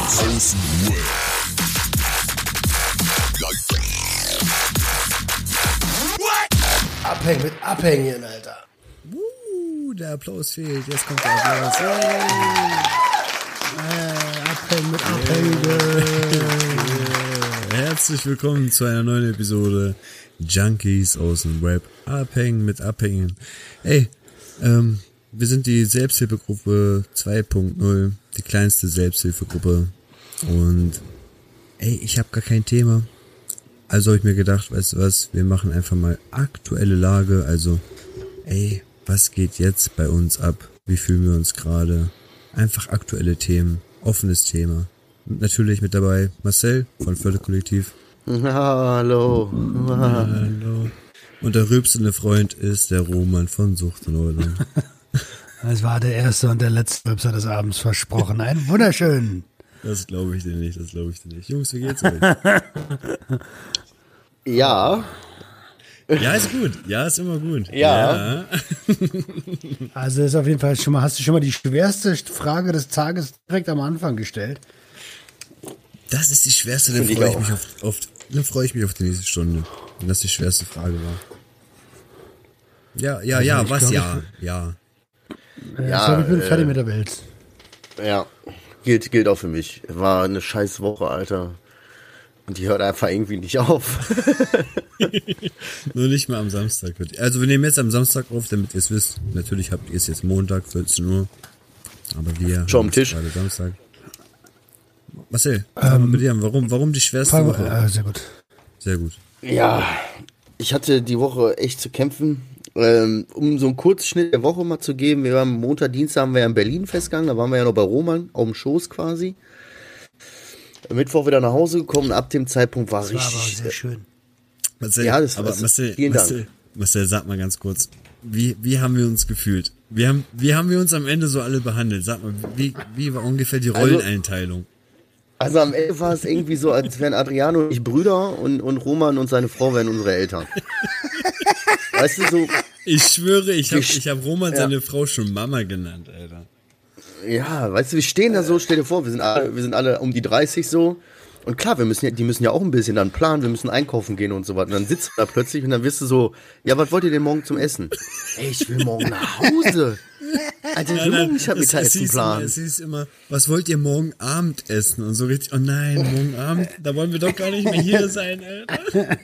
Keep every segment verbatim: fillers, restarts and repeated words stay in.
Außen Web. Abhängen mit Abhängen, Alter. Uh, der Applaus fehlt. Jetzt kommt der Applaus. Hey. Äh, Abhängen mit Abhängen. Herzlich willkommen zu einer neuen Episode Junkies aus dem Web. Abhängen mit Abhängen. Ey, ähm, wir sind die Selbsthilfegruppe zwei Punkt null, die kleinste Selbsthilfegruppe. Und ey, ich habe gar kein Thema. Also habe ich mir gedacht, weißt du was, wir machen einfach mal aktuelle Lage. Also, ey, was geht jetzt bei uns ab? Wie fühlen wir uns gerade? Einfach aktuelle Themen, offenes Thema. Und natürlich mit dabei Marcel von Förderkollektiv. Hallo. Hallo. Und der rülpsende Freund ist der Roman von Sucht und Ordnung. Es war der erste und der letzte Rülpser des Abends versprochen. Ein wunderschön. Das glaube ich dir nicht, das glaube ich dir nicht. Jungs, wie geht's euch? Ja. Ja, ist gut. Ja, ist immer gut. Ja. ja. Also ist auf jeden Fall schon mal, hast du schon mal die schwerste Frage des Tages direkt am Anfang gestellt? Das ist die schwerste, dann Find ich freue ich auch. mich auf, auf, dann freue ich mich auf die nächste Stunde. Wenn das die schwerste Frage war. Ja, ja, Also ja, ich was glaub, ja, ja. Ja, Ja, ich glaube, ich bin äh, fertig mit der Welt. Ja. Gilt, gilt auch für mich. War eine scheiß Woche, Alter. Und die hört einfach irgendwie nicht auf. Nur nicht mal am Samstag. Also wir nehmen jetzt am Samstag auf, damit ihr es wisst. Natürlich habt ihr es jetzt Montag, vierzehn Uhr. Aber wir Schon am haben es Tisch. gerade Samstag. Marcel, fang mal mit dir an. Warum, warum die schwerste Fang- Woche? äh, sehr gut. Sehr gut. Ja. Ich hatte die Woche echt zu kämpfen. Ähm, um so einen Kurzschnitt der Woche mal zu geben. Wir waren Montag, Dienstag haben wir ja in Berlin festgegangen. Da waren wir ja noch bei Roman, auf dem Schoß quasi. Mittwoch wieder nach Hause gekommen. Ab dem Zeitpunkt war Das war aber richtig... sehr schön. Marcel, Ja, das aber war's. Marcel, Vielen Dank. Marcel, Marcel, sag mal ganz kurz, wie, wie haben wir uns gefühlt? Wie haben, wie haben wir uns am Ende so alle behandelt? Sag mal, wie, wie war ungefähr die Also- Rolleneinteilung? Also am Ende war es irgendwie so, als wären Adriano und ich Brüder und, und Roman und seine Frau wären unsere Eltern. Weißt du, so, Ich schwöre, ich habe Ich- ich hab Roman ja. seine Frau schon Mama genannt, Alter. ja, weißt du, wir stehen da so, stell dir vor, wir sind alle, wir sind alle um die dreißig so. Und klar, wir müssen ja, die müssen ja auch ein bisschen dann planen, wir müssen einkaufen gehen und so weiter. Und dann sitzt du da plötzlich und dann wirst du so, ja, was wollt ihr denn morgen zum Essen? Ey, ich will morgen nach Hause. Alter, ich will morgen nicht es, es, Mittagessen hieß immer, planen. es hieß immer, was wollt ihr morgen Abend essen? Und so richtig, oh nein, morgen Abend, da wollen wir doch gar nicht mehr hier sein, Alter.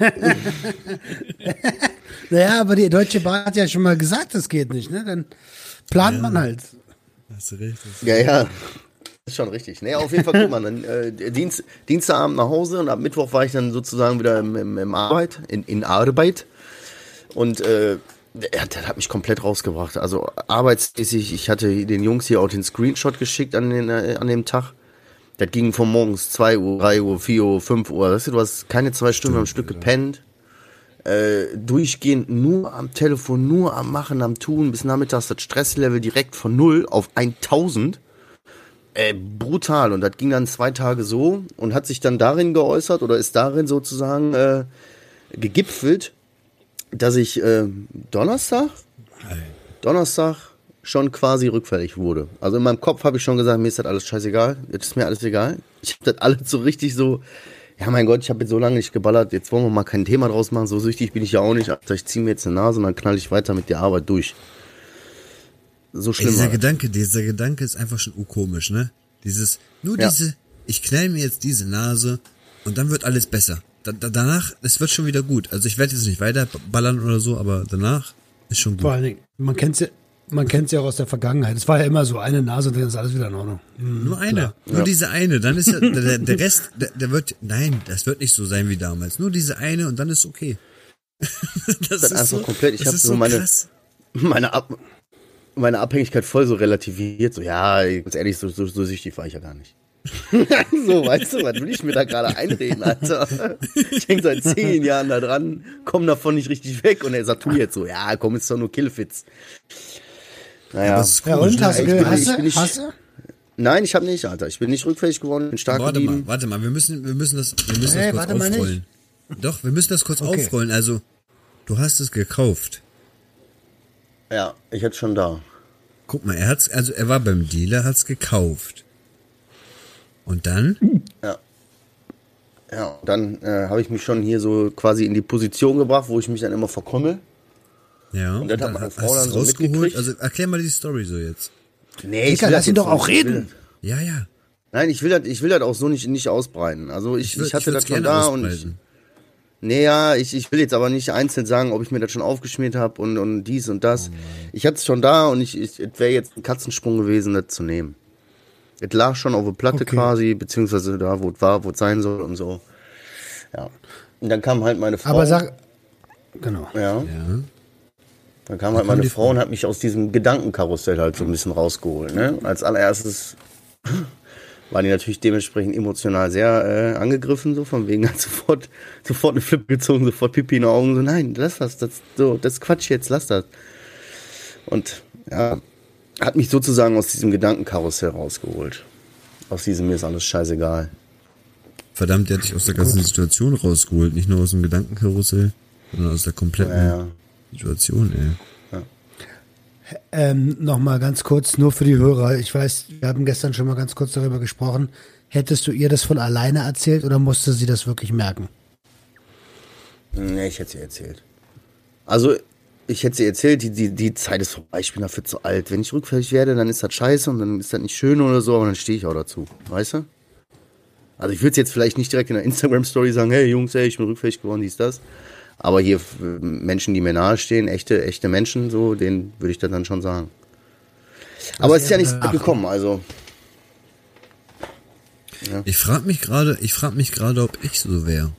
Naja, aber die Deutsche Bahn hat ja schon mal gesagt, das geht nicht, ne? Dann plant Ja. man halt. Hast du recht. Das Ja, ja. Ist schon richtig. Nee, auf jeden Fall, guck mal, dann äh, Dienst, Dienstagabend nach Hause und ab Mittwoch war ich dann sozusagen wieder im, im, im Arbeit, in, in Arbeit. Und äh, das, das hat mich komplett rausgebracht. Also arbeitsmäßig, ich hatte den Jungs hier auch den Screenshot geschickt an, den, äh, an dem Tag. Das ging von morgens zwei Uhr, drei Uhr, vier Uhr, fünf Uhr. Weißt du, du hast keine zwei Stunden am Stück gepennt. Äh, durchgehend nur am Telefon, nur am Machen, am Tun. Bis nachmittags das Stresslevel direkt von null auf tausend. Äh, brutal. Und das ging dann zwei Tage so und hat sich dann darin geäußert oder ist darin sozusagen äh, gegipfelt, dass ich äh, Donnerstag, Donnerstag schon quasi rückfällig wurde. Also in meinem Kopf habe ich schon gesagt, mir ist das alles scheißegal, jetzt ist mir alles egal. Ich habe das alles so richtig so, ja mein Gott, ich habe jetzt so lange nicht geballert, jetzt wollen wir mal kein Thema draus machen, so süchtig bin ich ja auch nicht. Also ich ziehe mir jetzt eine Nase und dann knall ich weiter mit der Arbeit durch. So Ey, schlimm dieser war das. Gedanke, dieser Gedanke ist einfach schon urkomisch, ne? Dieses, nur Ja. diese, ich knall mir jetzt diese Nase und dann wird alles besser. Da, da, danach, es wird schon wieder gut. Also ich werde jetzt nicht weiter ballern oder so, aber danach ist schon gut. Vor allen Dingen, man kennt's ja, man kennt's ja auch aus der Vergangenheit. Es war ja immer so eine Nase und dann ist alles wieder in Ordnung. Mhm, Nur eine, klar. nur diese eine, dann ist ja, der, der Rest, der, der wird, nein, das wird nicht so sein wie damals. Nur diese eine und dann ist okay. Das Das einfach komplett, ich das hab ist so meine- krass. meine, Ab meine Abhängigkeit voll so relativiert. So, ja, ganz ehrlich, so, so, so süchtig war ich ja gar nicht. So, weißt du, was will ich mir da gerade einreden, Alter? Ich hänge seit zehn Jahren da dran, komm davon nicht richtig weg und er sagt, tu jetzt so, ja, komm, ist doch nur Killfits. Naja, Das ist Ja, komisch, und ne? hast du, ich bin- hast ich du, bin nicht- hast du? nein, ich habe nicht, Alter. Ich bin nicht rückfällig geworden, bin stark Warte mal, geblieben. warte mal, wir müssen, wir müssen das, wir müssen Hey, das kurz warte mal aufrollen. Doch, wir müssen das kurz Okay. aufrollen. Also, du hast es gekauft. Ja, ich hatte schon da. Guck mal, er hat's, also er war beim Dealer, hat's gekauft. Und dann? Ja. Ja, dann äh, habe ich mich schon hier so quasi in die Position gebracht, wo ich mich dann immer verkomme. Ja. Und dann hat meine Frau dann so rausgeholt. mitgekriegt. Also erklär mal die Story so jetzt. Nee, Dicker, lass ihn doch auch reden. Ja, ja. Nein, ich will das, ich will das auch so nicht, nicht ausbreiten. Also ich, ich, würd- ich hatte würd's das schon gerne da und ich, ausbreiten. nee, ja, ich, ich will jetzt aber nicht einzeln sagen, ob ich mir das schon aufgeschmiert habe und, und dies und das. Ich hatte es schon da und ich, ich es wäre jetzt ein Katzensprung gewesen, das zu nehmen. Es lag schon auf der Platte Okay. quasi, beziehungsweise da, wo es war, wo es sein soll und so. Ja. Und dann kam halt meine Frau. Aber sag, genau. Ja. Ja. Dann kam halt kam meine die Frau und hat mich aus diesem Gedankenkarussell halt so ein bisschen rausgeholt. Ne? Als allererstes war die natürlich dementsprechend emotional sehr äh, angegriffen, so von wegen hat sofort, sofort eine Flip gezogen, sofort Pipi in den Augen, so nein, lass das, das, so, das ist Quatsch jetzt, lass das. Und ja, hat mich sozusagen aus diesem Gedankenkarussell rausgeholt. Aus diesem mir ist alles scheißegal. Verdammt, der hat dich aus der ganzen Situation rausgeholt. Nicht nur aus dem Gedankenkarussell, sondern aus der kompletten Ja, ja. Situation, ey. Ähm, Nochmal ganz kurz, nur für die Hörer. Ich weiß, wir haben gestern schon mal ganz kurz darüber gesprochen. Hättest du ihr das von alleine erzählt oder musste sie das wirklich merken? Nee, ich hätte sie erzählt. Also, ich hätte sie erzählt, die, die, die Zeit ist vorbei, ich bin dafür zu alt. Wenn ich rückfällig werde, dann ist das scheiße und dann ist das nicht schön oder so, aber dann stehe ich auch dazu, weißt du? Also ich würde es jetzt vielleicht nicht direkt in der Instagram-Story sagen, hey Jungs, ey, ich bin rückfällig geworden, dies, das. Aber hier äh, Menschen, die mir nahestehen, echte, echte Menschen, so, denen würde ich das dann schon sagen. Aber es ist ja nichts gekommen, also. Ich frage mich gerade, ich frage mich gerade, ob ich so wäre.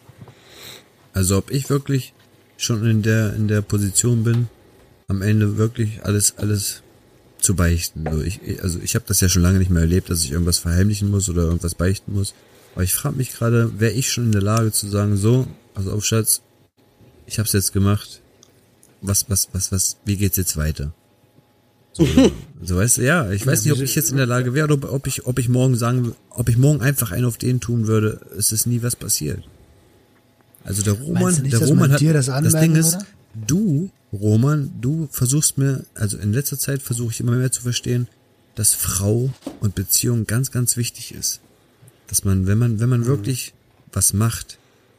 Also ob ich wirklich schon in der in der Position bin, am Ende wirklich alles alles zu beichten. So, ich, also ich habe das ja schon lange nicht mehr erlebt, dass ich irgendwas verheimlichen muss oder irgendwas beichten muss. Aber ich frage mich gerade, wäre ich schon in der Lage zu sagen, so, also auf Schatz, ich hab's jetzt gemacht. Was, was, was, was, wie geht's jetzt weiter? So, so weißt du, ja, ich weiß nicht, ob ich jetzt in der Lage wäre, oder ob ich, ob ich morgen sagen, ob ich morgen einfach einen auf den tun würde, es ist nie was passiert. Also der Roman, Meinst du nicht, der dass Roman man hat, dir das das anmerken Ding ist, würde? du, Roman, du versuchst mir, also in letzter Zeit versuche ich immer mehr zu verstehen, dass Frau und Beziehung ganz, ganz wichtig ist. Dass man, wenn man, wenn man wirklich was macht,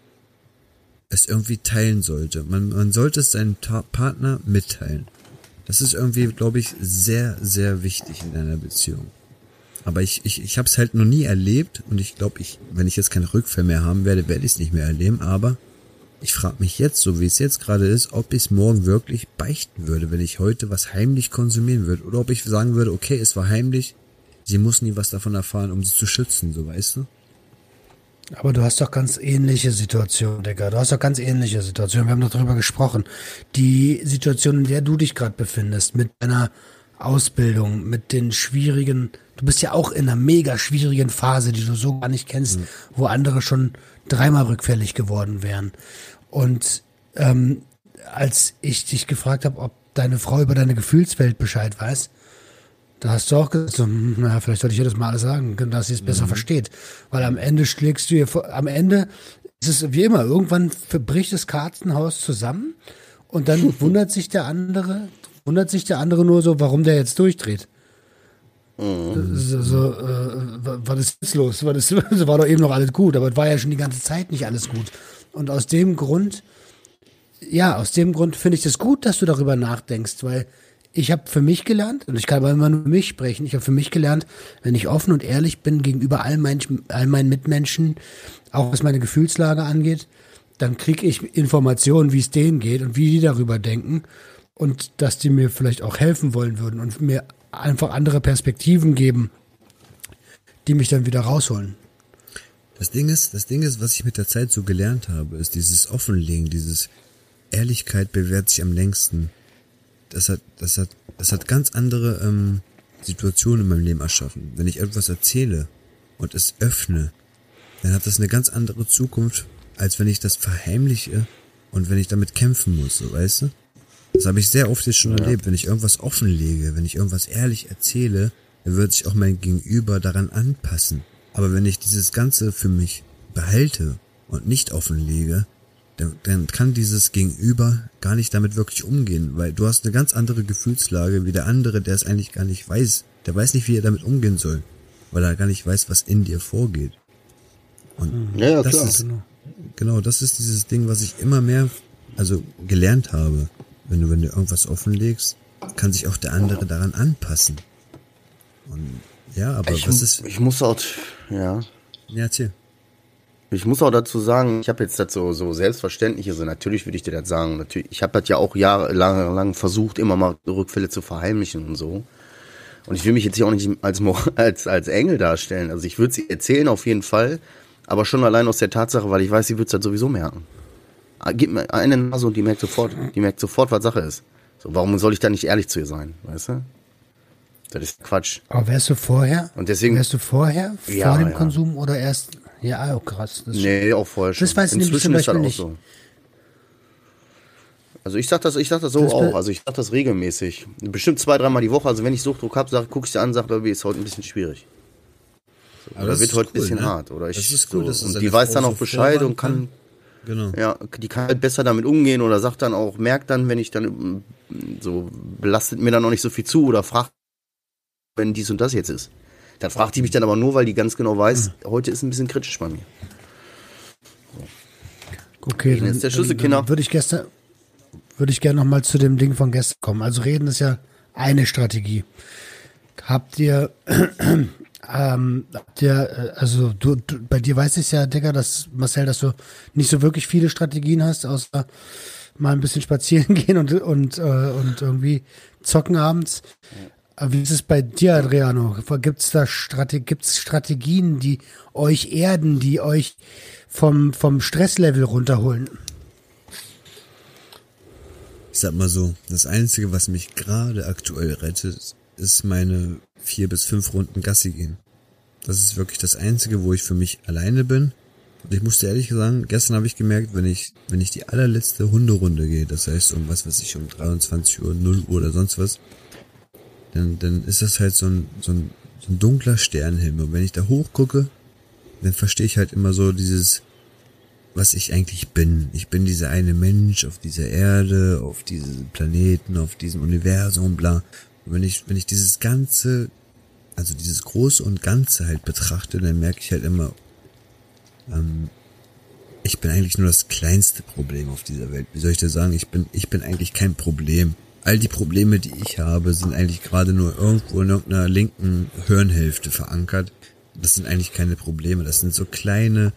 es irgendwie teilen sollte. Man, man sollte es seinem Ta- Partner mitteilen. Das ist irgendwie, glaube ich, sehr, sehr wichtig in einer Beziehung. Aber ich, ich, ich habe es halt noch nie erlebt und ich glaube, ich, wenn ich jetzt keine Rückfälle mehr haben werde, werde ich es nicht mehr erleben. Aber ich frage mich jetzt, so wie es jetzt gerade ist, ob ich es morgen wirklich beichten würde, wenn ich heute was heimlich konsumieren würde. Oder ob ich sagen würde, okay, es war heimlich, sie muss nie was davon erfahren, um sie zu schützen, so weißt du? Aber du hast doch ganz ähnliche Situationen, Digga. Du hast doch ganz ähnliche Situationen. Wir haben doch darüber gesprochen. Die Situation, in der du dich gerade befindest, mit deiner Ausbildung, mit den schwierigen, du bist ja auch in einer mega schwierigen Phase, die du so gar nicht kennst, mhm. wo andere schon dreimal rückfällig geworden wären. Und ähm, als ich dich gefragt habe, ob deine Frau über deine Gefühlswelt Bescheid weiß, da hast du auch gesagt, so, na, vielleicht sollte ich ihr das mal alles sagen, dass sie es besser mhm. versteht. Weil am Ende schlägst du ihr vor, am Ende ist es wie immer, irgendwann bricht das Kartenhaus zusammen und dann wundert sich der andere, wundert sich der andere nur so, warum der jetzt durchdreht. Mhm. So, so äh, was ist jetzt los? Was ist, war doch eben noch alles gut, aber es war ja schon die ganze Zeit nicht alles gut. Und aus dem Grund, ja, aus dem Grund finde ich es gut, dass du darüber nachdenkst, weil ich habe für mich gelernt, und ich kann aber immer nur für mich sprechen, ich habe für mich gelernt, wenn ich offen und ehrlich bin gegenüber all meinen, all meinen Mitmenschen, auch was meine Gefühlslage angeht, dann kriege ich Informationen, wie es denen geht und wie die darüber denken und dass die mir vielleicht auch helfen wollen würden und mir einfach andere Perspektiven geben, die mich dann wieder rausholen. Das Ding ist, das Ding ist, was ich mit der Zeit so gelernt habe, ist dieses Offenlegen, dieses Ehrlichkeit bewährt sich am längsten. Das hat, das hat, das hat ganz andere ähm, Situationen in meinem Leben erschaffen. Wenn ich etwas erzähle und es öffne, dann hat das eine ganz andere Zukunft, als wenn ich das verheimliche und wenn ich damit kämpfen muss, so, weißt du? Das habe ich sehr oft jetzt schon ja. erlebt. Wenn ich irgendwas offenlege, wenn ich irgendwas ehrlich erzähle, dann wird sich auch mein Gegenüber daran anpassen. Aber wenn ich dieses Ganze für mich behalte und nicht offenlege, dann, dann kann dieses Gegenüber gar nicht damit wirklich umgehen, weil du hast eine ganz andere Gefühlslage wie der andere, der es eigentlich gar nicht weiß. Der weiß nicht, wie er damit umgehen soll. weil er gar nicht weiß, was in dir vorgeht. Und ja, ja, das klar. ist, genau, das ist dieses Ding, was ich immer mehr, also gelernt habe. Wenn du, wenn du irgendwas offenlegst, kann sich auch der andere daran anpassen. Und ja, aber ich, was ist... Ich muss auch, ja... Ja, erzähl. Ich muss auch dazu sagen, ich habe jetzt das so, so selbstverständlich, also natürlich würde ich dir das sagen, natürlich, ich habe das ja auch jahrelang lang versucht, immer mal Rückfälle zu verheimlichen und so. Und ich will mich jetzt hier auch nicht als, als, als Engel darstellen. Also ich würde sie erzählen auf jeden Fall, aber schon allein aus der Tatsache, weil ich weiß, sie wird es halt sowieso merken. Gib mir eine Nase und die merkt sofort, die merkt sofort, was Sache ist. So, warum soll ich da nicht ehrlich zu ihr sein, weißt du? Das ist Quatsch. Aber wärst du vorher? Und deswegen, wärst du vorher, ja, vor dem ja. Konsum oder erst? Ja, oh krass. Das nee, auch vorher schon. Das weiß ich nämlich Inzwischen zum ist das Beispiel auch nicht. so. Also ich sag das, ich sag das so Das auch. be- Also ich sag das regelmäßig. Bestimmt zwei, dreimal die Woche. Also wenn ich Suchtdruck habe, sag, guck ich dir an, sag, Baby, ist heute ein bisschen schwierig. So, Aber oder das wird ist heute ein cool, bisschen ne? hart. Oder ich, Das ist cool, so. dass es Und seine die weiß Frau dann so auch Bescheid vorwarnen und kann, kann. Genau. ja, die kann halt besser damit umgehen oder sagt dann auch, merkt dann, wenn ich dann mm, so, belastet mir dann auch nicht so viel zu oder fragt, wenn dies und das jetzt ist. Dann fragt die mich dann aber nur, weil die ganz genau weiß, heute ist ein bisschen kritisch bei mir. Okay, Reden dann, ist der dann, Schlüssel, dann Kinder. würde ich gestern, würde ich gerne noch mal zu dem Ding von gestern kommen. Also reden ist ja eine Strategie. Habt ihr, ähm, habt ihr, äh, also du, du, bei dir weiß ich ja, Digga, dass Marcel, dass du nicht so wirklich viele Strategien hast, außer mal ein bisschen spazieren gehen und und äh, und irgendwie zocken abends. Aber wie ist es bei dir, Adriano? Gibt's da Strate gibt's Strategien, die euch erden, die euch vom vom Stresslevel runterholen? Ich sag mal so, das Einzige, was mich gerade aktuell rettet, ist meine vier bis fünf Runden Gassi gehen. Das ist wirklich das Einzige, wo ich für mich alleine bin. Und ich muss dir ehrlich sagen, gestern habe ich gemerkt, wenn ich wenn ich die allerletzte Hunderunde gehe, das heißt um was weiß ich, um dreiundzwanzig Uhr, null Uhr oder sonst was, dann dann ist das halt so ein, so ein, so ein dunkler Sternenhimmel. Und wenn ich da hochgucke, dann verstehe ich halt immer so dieses, was ich eigentlich bin. Ich bin dieser eine Mensch auf dieser Erde, auf diesem Planeten, auf diesem Universum, bla. Und wenn ich, wenn ich dieses Ganze, also dieses Große und Ganze halt betrachte, dann merke ich halt immer, ähm, ich bin eigentlich nur das kleinste Problem auf dieser Welt. Wie soll ich das sagen? Ich bin, ich bin eigentlich kein Problem. All die Probleme, die ich habe, sind eigentlich gerade nur irgendwo in irgendeiner linken Hirnhälfte verankert. Das sind eigentlich keine Probleme. Das sind so kleine,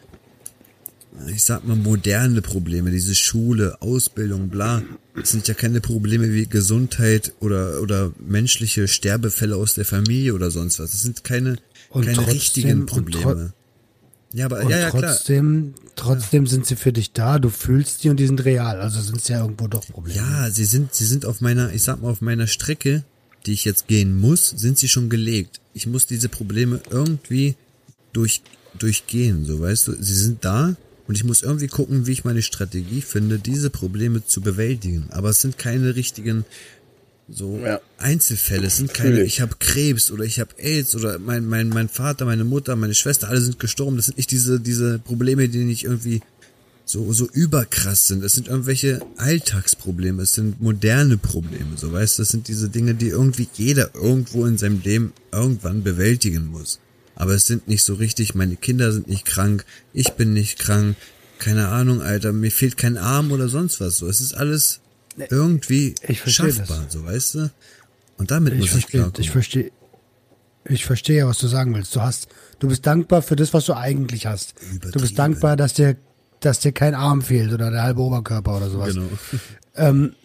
ich sag mal, moderne Probleme. Diese Schule, Ausbildung, bla. Das sind ja keine Probleme wie Gesundheit oder, oder menschliche Sterbefälle aus der Familie oder sonst was. Das sind keine, Und keine trotzdem- richtigen und Probleme. tro- Ja, aber Und ja, ja, klar. trotzdem, trotzdem sind sie für dich da, du fühlst die und die sind real, also sind es ja irgendwo doch Probleme. Ja, sie sind, sie sind auf meiner, ich sag mal, auf meiner Strecke, die ich jetzt gehen muss, sind sie schon gelegt. Ich muss diese Probleme irgendwie durch, durchgehen, so, weißt du. Sie sind da und ich muss irgendwie gucken, wie ich meine Strategie finde, diese Probleme zu bewältigen. Aber es sind keine richtigen, so Ja. Einzelfälle. Es sind keine, Fühl ich. ich habe Krebs oder ich habe AIDS oder mein, mein, mein Vater, meine Mutter, meine Schwester, alle sind gestorben. Das sind nicht diese, diese Probleme, die nicht irgendwie so, so überkrass sind. Es sind irgendwelche Alltagsprobleme. Es sind moderne Probleme. So, weißt du, das sind diese Dinge, die irgendwie jeder irgendwo in seinem Leben irgendwann bewältigen muss. Aber es sind nicht so richtig, meine Kinder sind nicht krank, ich bin nicht krank, keine Ahnung, Alter, mir fehlt kein Arm oder sonst was. So, es ist alles irgendwie Ich verstehe schaffbar, das. so, weißt du? Und damit Ich muss ich verstehe, klarkommen. ich verstehe, ich verstehe ja, was du sagen willst. Du hast, du bist dankbar für das, was du eigentlich hast. Du Übertrieben. bist dankbar, dass dir, dass dir kein Arm fehlt oder der halbe Oberkörper oder sowas. Genau. Ähm,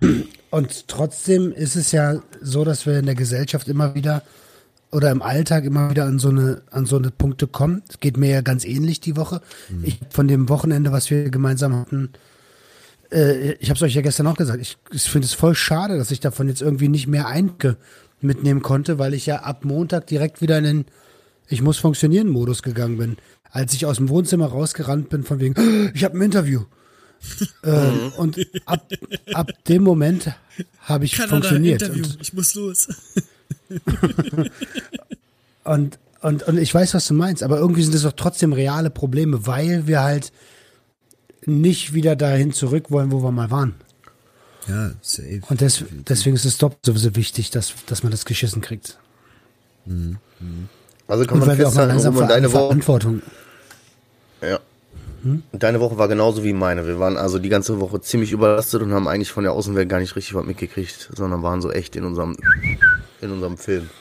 und trotzdem ist es ja so, dass wir in der Gesellschaft immer wieder oder im Alltag immer wieder an so eine an so eine Punkte kommen. Es geht mir ja ganz ähnlich die Woche. Mhm. Ich von dem Wochenende, was wir gemeinsam hatten, äh, ich habe es euch ja gestern auch gesagt. Ich, ich finde es voll schade, dass ich davon jetzt irgendwie nicht mehr Einke mitnehmen konnte, weil ich ja ab Montag direkt wieder in den Ich muss funktionieren Modus gegangen bin. Als ich aus dem Wohnzimmer rausgerannt bin von wegen, "Oh, ich habe ein Interview. ähm, und ab, ab dem Moment habe ich Kanada, funktioniert. Interview, Und, ich muss los. und, und, und ich weiß, was du meinst, aber irgendwie sind das doch trotzdem reale Probleme, weil wir halt nicht wieder dahin zurück wollen, wo wir mal waren. Ja, safe. Und des, deswegen ist es doch sowieso wichtig, dass, dass man das geschissen kriegt. Also kann Und man weil wir auch mal festhalten, langsam Ruben, Ver deine Woche, Verantwortung. ja. Und deine Woche war genauso wie meine. Wir waren also die ganze Woche ziemlich überlastet und haben eigentlich von der Außenwelt gar nicht richtig was mitgekriegt, sondern waren so echt in unserem, in unserem Film.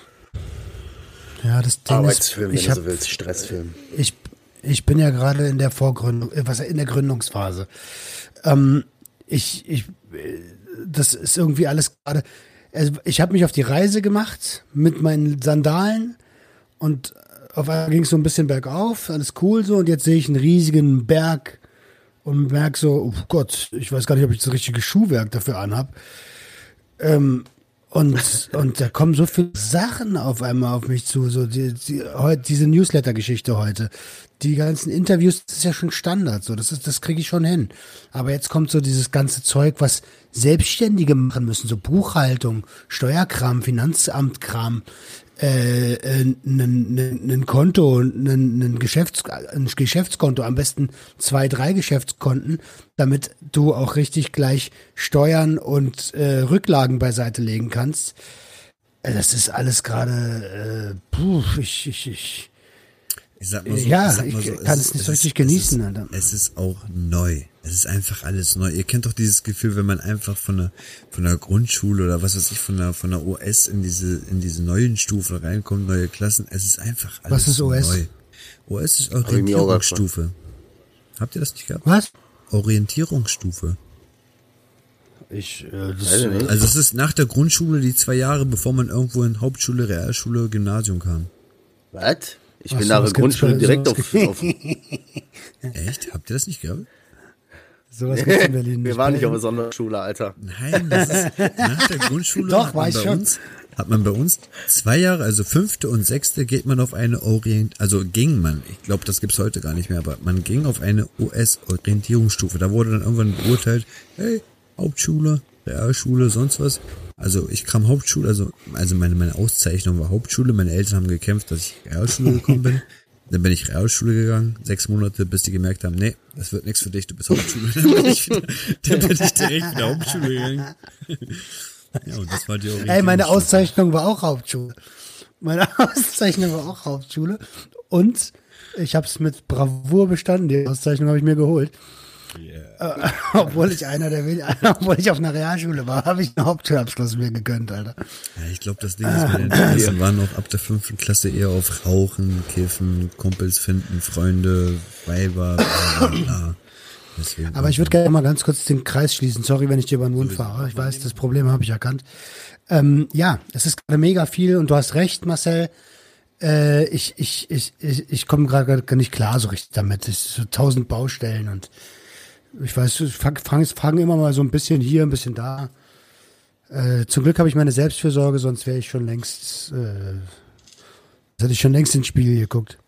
Ja, das Ding Arbeitsfilm, ist, wenn ich du hab, so willst, Stressfilm. ich, ich bin ja gerade in der Vorgründung, äh, was in der Gründungsphase. Ähm, ich, ich, äh, das ist irgendwie alles gerade. Also ich habe mich auf die Reise gemacht mit meinen Sandalen und auf einmal ging es so ein bisschen bergauf, alles cool so und jetzt sehe ich einen riesigen Berg und merke so, oh Gott, ich weiß gar nicht, ob ich das richtige Schuhwerk dafür anhab. Ähm, und, und da kommen so viele Sachen auf einmal auf mich zu, so die, die, heute, diese Newsletter-Geschichte heute. Die ganzen Interviews, das ist ja schon Standard, so, das ist, das kriege ich schon hin. Aber jetzt kommt so dieses ganze Zeug, was Selbstständige machen müssen, so Buchhaltung, Steuerkram, Finanzamtkram, äh, äh, ein Konto, ein Geschäfts, ein Geschäftskonto, am besten zwei, drei Geschäftskonten, damit du auch richtig gleich Steuern und äh, Rücklagen beiseite legen kannst. Äh, das ist alles gerade, äh, puh, ich, ich, ich, Ich sag mal so, ja, ich, sag mal ich so, kann es nicht so richtig genießen. Es ist, Alter. es ist auch neu. Es ist einfach alles neu. Ihr kennt doch dieses Gefühl, wenn man einfach von der, von der Grundschule oder was weiß ich, von der, von der O S in diese, in diese neuen Stufen reinkommt, neue Klassen. Es ist einfach alles Was ist O S? neu. O S ist Orientierungsstufe. Habt ihr das nicht gehabt? Was? Orientierungsstufe. Ich, äh, das, Weiß ich nicht. Also es ist nach der Grundschule die zwei Jahre, bevor man irgendwo in Hauptschule, Realschule, Gymnasium kam. Was? Ich Ach bin so, nach was der gibt's Grundschule bei- direkt sowas auf, gibt- auf. Echt? Habt ihr das nicht gehabt? sowas gibt's in Berlin Wir nicht. waren nicht auf der Sonderschule, Alter. Nein, das ist nach der Grundschule Doch, hat war man ich bei schon. uns hat man bei uns zwei Jahre, also fünfte und sechste geht man auf eine Orient, also ging man, ich glaube, das gibt's heute gar nicht mehr, aber man ging auf eine O S-Orientierungsstufe. Da wurde dann irgendwann beurteilt, hey, Hauptschule, Realschule, sonst was. Also ich kam Hauptschule, also also meine meine Auszeichnung war Hauptschule. Meine Eltern haben gekämpft, dass ich Realschule gekommen bin. Dann bin ich Realschule gegangen, sechs Monate, bis die gemerkt haben, nee, das wird nichts für dich, du bist Hauptschule. Dann bin ich, wieder, dann bin ich direkt wieder Hauptschule gegangen. Ja, und das war die Orientierungsstufe. Ey, meine Auszeichnung war auch Hauptschule. Meine Auszeichnung war auch Hauptschule. Und ich habe es mit Bravour bestanden. Die Auszeichnung habe ich mir geholt. Yeah. Äh, obwohl ich einer der wenigen, obwohl ich auf einer Realschule war, habe ich einen Hauptschulabschluss mir gegönnt, Alter. Ja, ich glaube, das Ding ist, meine Interessen waren auch ab der fünften Klasse eher auf Rauchen, Kiffen, Kumpels finden, Freunde, Weiber, bla bla bla. Deswegen Aber ich würde gerne mal ganz kurz den Kreis schließen. Sorry, wenn ich dir über den Mund fahre. Ich weiß, das Problem habe ich erkannt. Ähm, ja, es ist gerade mega viel und du hast recht, Marcel. Äh, ich ich, ich, ich, ich komme gerade gar nicht klar so richtig damit. Es sind so tausend Baustellen und ich weiß, ich fange fang, fang immer mal so ein bisschen hier, ein bisschen da. Äh, zum Glück habe ich meine Selbstfürsorge, sonst wäre ich schon längst, äh, hätte ich schon längst ins Spiegel geguckt.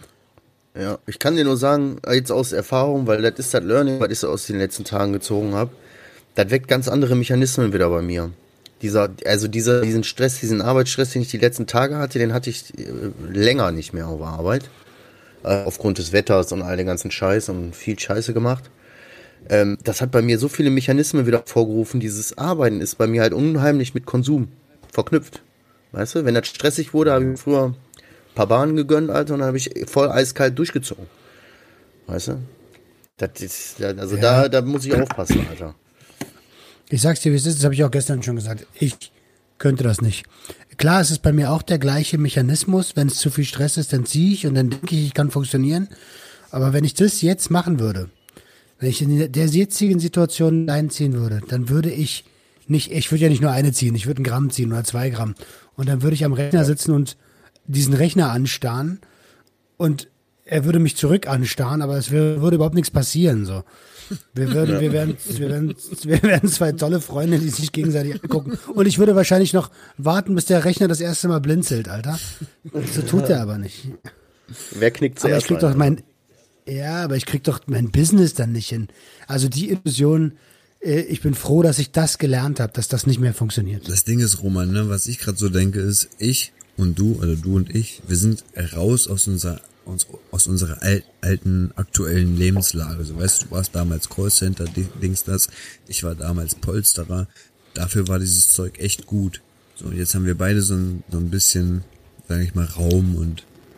Ja, ich kann dir nur sagen, jetzt aus Erfahrung, weil das ist das Learning, was ich so aus den letzten Tagen gezogen habe, das weckt ganz andere Mechanismen wieder bei mir. Dieser, also dieser, diesen Stress, diesen Arbeitsstress, den ich die letzten Tage hatte, den hatte ich äh, länger nicht mehr auf Arbeit. Äh, aufgrund des Wetters und all den ganzen Scheiß und viel Scheiße gemacht. Ähm, das hat bei mir so viele Mechanismen wieder vorgerufen. Dieses Arbeiten ist bei mir halt unheimlich mit Konsum verknüpft. Weißt du, wenn das stressig wurde, habe ich mir früher ein paar Bahnen gegönnt, Alter, und dann habe ich voll eiskalt durchgezogen. Weißt du? Das ist, also Ja. da, da muss ich aufpassen, Alter. Ich sag's dir, wie es ist, das habe ich auch gestern schon gesagt. Ich könnte das nicht. Klar, es ist bei mir auch der gleiche Mechanismus. Wenn es zu viel Stress ist, dann ziehe ich und dann denke ich, ich kann funktionieren. Aber wenn ich das jetzt machen würde, wenn ich in der jetzigen Situation einziehen würde, dann würde ich nicht, ich würde ja nicht nur eine ziehen, ich würde ein Gramm ziehen oder zwei Gramm. Und dann würde ich am Rechner sitzen und diesen Rechner anstarren und er würde mich zurück anstarren, aber es wär, würde überhaupt nichts passieren, so. Wir würden, wir wären, wir wären, wir wären zwei tolle Freunde, die sich gegenseitig angucken. Und ich würde wahrscheinlich noch warten, bis der Rechner das erste Mal blinzelt, Alter. So tut er aber nicht. Wer knickt Aber ich zuerst krieg rein? doch mein, ja, aber ich krieg doch mein Business dann nicht hin. Also die Illusion, äh, ich bin froh, dass ich das gelernt habe, dass das nicht mehr funktioniert. Das Ding ist, Roman, ne, was ich gerade so denke, ist, ich und du, oder du und ich, wir sind raus aus unserer uns, aus unserer al- alten, aktuellen Lebenslage. So, weißt du, du warst damals Callcenter, Dings das, ich war damals Polsterer. Dafür war dieses Zeug echt gut. So, und jetzt haben wir beide so ein, so ein bisschen, sage ich mal, Raum und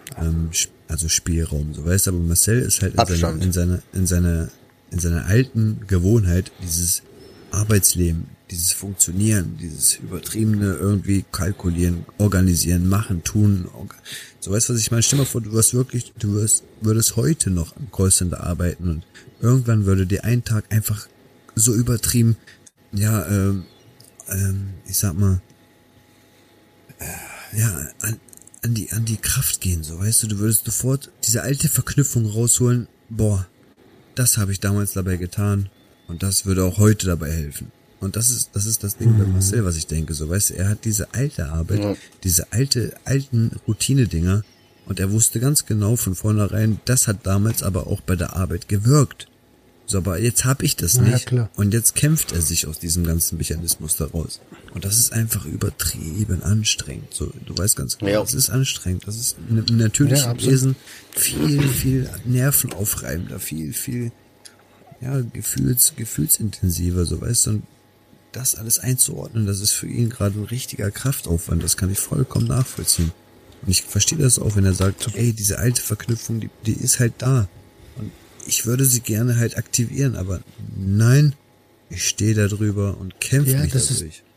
ähm, also Spielraum, so weißt du, aber Marcel ist halt in seiner, in seiner, in seiner, in seiner alten Gewohnheit, dieses Arbeitsleben, dieses Funktionieren, dieses übertriebene irgendwie kalkulieren, organisieren, machen, tun, orga so weißt du, was ich meine? Stell dir mal vor, du wirst wirklich, du wirst, würdest heute noch am Callcenter arbeiten und irgendwann würde dir ein Tag einfach so übertrieben, ja, ähm, ähm, ich sag mal, äh, ja, an, an die, an die Kraft gehen, so weißt du, du würdest sofort diese alte Verknüpfung rausholen, boah, das habe ich damals dabei getan und das würde auch heute dabei helfen. Und das ist, das ist das Ding mhm. bei Marcel, was ich denke, so weißt du, er hat diese alte Arbeit, ja. diese alte, alten Routine-Dinger und er wusste ganz genau von vornherein, das hat damals aber auch bei der Arbeit gewirkt. So, aber jetzt habe ich das nicht. Ja, klar. Und jetzt kämpft er sich aus diesem ganzen Mechanismus daraus. Und das ist einfach übertrieben anstrengend. So, du weißt ganz genau, ja. das ist anstrengend. Das ist im natürlichen ja, Wesen viel, viel nervenaufreibender, viel, viel, ja, gefühls, gefühlsintensiver, so weißt du. Und das alles einzuordnen, das ist für ihn gerade ein richtiger Kraftaufwand. Das kann ich vollkommen nachvollziehen. Und ich verstehe das auch, wenn er sagt, ey, diese alte Verknüpfung, die, die ist halt da. Und ich würde sie gerne halt aktivieren, aber nein, ich stehe da drüber und kämpfe ja, mich das dadurch. Ist,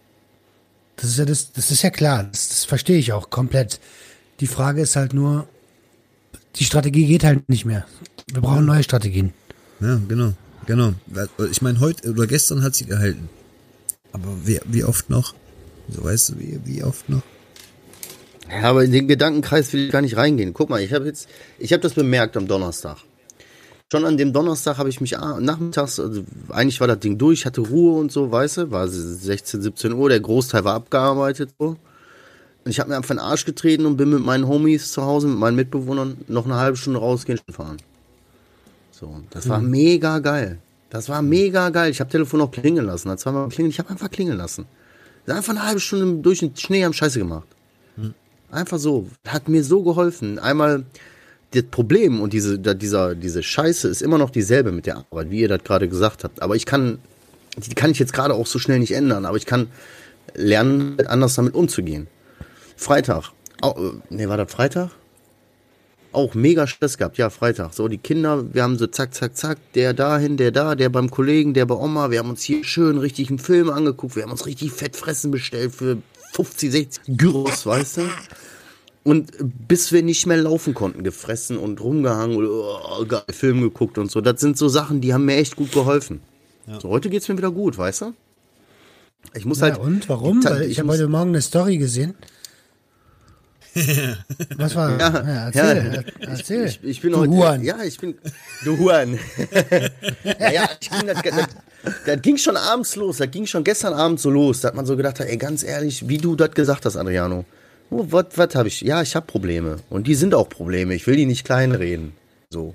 das ist ja das, das ist ja klar, das, das verstehe ich auch komplett. Die Frage ist halt nur, die Strategie geht halt nicht mehr. Wir brauchen neue Strategien. Ja, genau, genau. Ich meine, heute oder gestern hat sie gehalten. Aber wie, wie oft noch? So weißt du, wie, wie oft noch? Ja, aber in den Gedankenkreis will ich gar nicht reingehen. Guck mal, ich habe jetzt, ich habe das bemerkt am Donnerstag. Schon an dem Donnerstag habe ich mich nachmittags, also eigentlich war das Ding durch, hatte Ruhe und so, weißt du, war sechzehn, siebzehn Uhr, der Großteil war abgearbeitet so. Und ich habe mir einfach in den Arsch getreten und bin mit meinen Homies zu Hause, mit meinen Mitbewohnern noch eine halbe Stunde rausgehen fahren. So, das war mhm. mega geil. Das war mega geil. Ich habe Telefon noch klingeln lassen. Hat zweimal klingelt, ich habe einfach klingeln lassen. Einfach eine halbe Stunde durch den Schnee am Scheiße gemacht. Mhm. Einfach so. Hat mir so geholfen. Einmal das Problem und diese, dieser, diese Scheiße ist immer noch dieselbe mit der Arbeit, wie ihr das gerade gesagt habt. Aber ich kann, die kann ich jetzt gerade auch so schnell nicht ändern. Aber ich kann lernen, anders damit umzugehen. Freitag. Oh, ne, war das Freitag? Auch mega Stress gehabt, ja, Freitag. So, die Kinder, wir haben so zack, zack, zack, der dahin, der da, der beim Kollegen, der bei Oma. Wir haben uns hier schön richtig einen Film angeguckt. Wir haben uns richtig Fettfressen bestellt für fünfzig, sechzig Gyros, weißt du? Und bis wir nicht mehr laufen konnten, gefressen und rumgehangen oder oh, geil, Film geguckt und so. Das sind so Sachen, die haben mir echt gut geholfen. Ja. So, heute geht's mir wieder gut, weißt du? Ich muss ja, halt. Und warum? Weil ich, ich habe heute Morgen eine Story gesehen. Was war? Ja, ja, erzähl, ja, erzähl. Ich, ich, ich bin du heute, Huan. Ja, ich bin, du Huan. ja, ich bin, das, das, das ging schon abends los, das ging schon gestern Abend so los, da hat man so gedacht, ey, ganz ehrlich, wie du das gesagt hast, Adriano. Oh, was, was habe ich? Ja, ich habe Probleme. Und die sind auch Probleme, ich will die nicht kleinreden. So.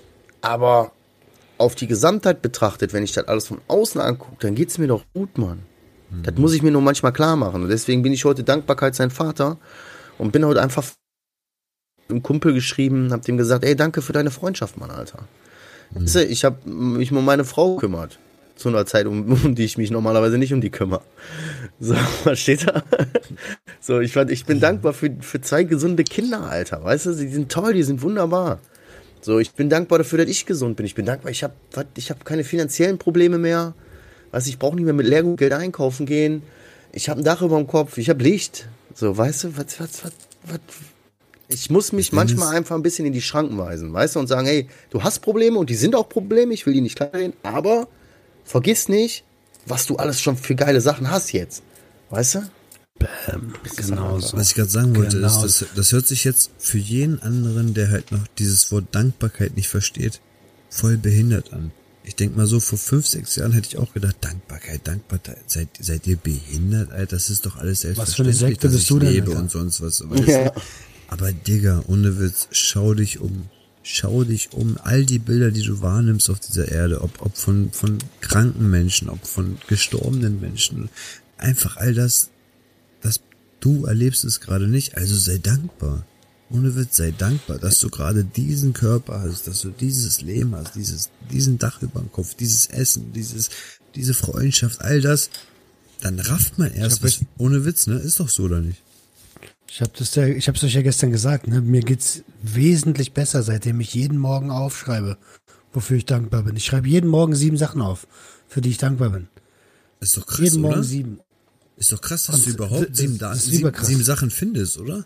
Aber auf die Gesamtheit betrachtet, wenn ich das alles von außen angucke, dann geht's mir doch gut, Mann. Mhm. Das muss ich mir nur manchmal klar machen. Und deswegen bin ich heute Dankbarkeit sein Vater. Und bin heute einfach einem Kumpel geschrieben, hab dem gesagt, ey, danke für deine Freundschaft, Mann, Alter. Mhm. Weißt du, ich hab mich um meine Frau gekümmert. Zu einer Zeit, um, um die ich mich normalerweise nicht um die kümmere. So, was steht da? So, ich, fand, ich bin dankbar für, für zwei gesunde Kinder, Alter. Weißt du, die sind toll, die sind wunderbar. So, ich bin dankbar dafür, dass ich gesund bin. Ich bin dankbar, ich habe ich hab keine finanziellen Probleme mehr. Weißt du, ich brauche nicht mehr mit Leergeld einkaufen gehen. Ich habe ein Dach über dem Kopf, ich habe Licht. So, weißt du, was, was, was, was, ich muss mich manchmal einfach ein bisschen in die Schranken weisen, weißt du, und sagen, hey, du hast Probleme und die sind auch Probleme, ich will die nicht kleinreden, aber vergiss nicht, was du alles schon für geile Sachen hast jetzt, weißt du? Bam, genau so. Was ich gerade sagen wollte, genau. ist, das, das hört sich jetzt für jeden anderen, der halt noch dieses Wort Dankbarkeit nicht versteht, voll behindert an. Ich denk mal so, vor fünf, sechs Jahren hätte ich auch gedacht, Dankbarkeit, Dankbarkeit, seid, seid ihr behindert, Alter, das ist doch alles selbstverständlich, was für eine Sekte dass ich du lebe denn, und sonst was. Aber, ja. aber Digga, ohne Witz, schau dich um, schau dich um, all die Bilder, die du wahrnimmst auf dieser Erde, ob, ob von, von kranken Menschen, ob von gestorbenen Menschen, einfach all das, das, du erlebst es gerade nicht, also sei dankbar. Ohne Witz, sei dankbar, dass du gerade diesen Körper hast, dass du dieses Leben hast, dieses, diesen Dach über dem Kopf, dieses Essen, dieses, diese Freundschaft, all das. Dann rafft man erst, was, ohne Witz, ne? Ist doch so, oder nicht? Ich habe das ja, ich habe es euch ja gestern gesagt, ne? Mir geht's wesentlich besser, seitdem ich jeden Morgen aufschreibe, wofür ich dankbar bin. Ich schreibe jeden Morgen sieben Sachen auf, für die ich dankbar bin. Ist doch krass, jeden oder? Morgen sieben. Ist doch krass, dass Und du überhaupt das- sieben, das da, ist sieben, überkrass. sieben Sachen findest, oder?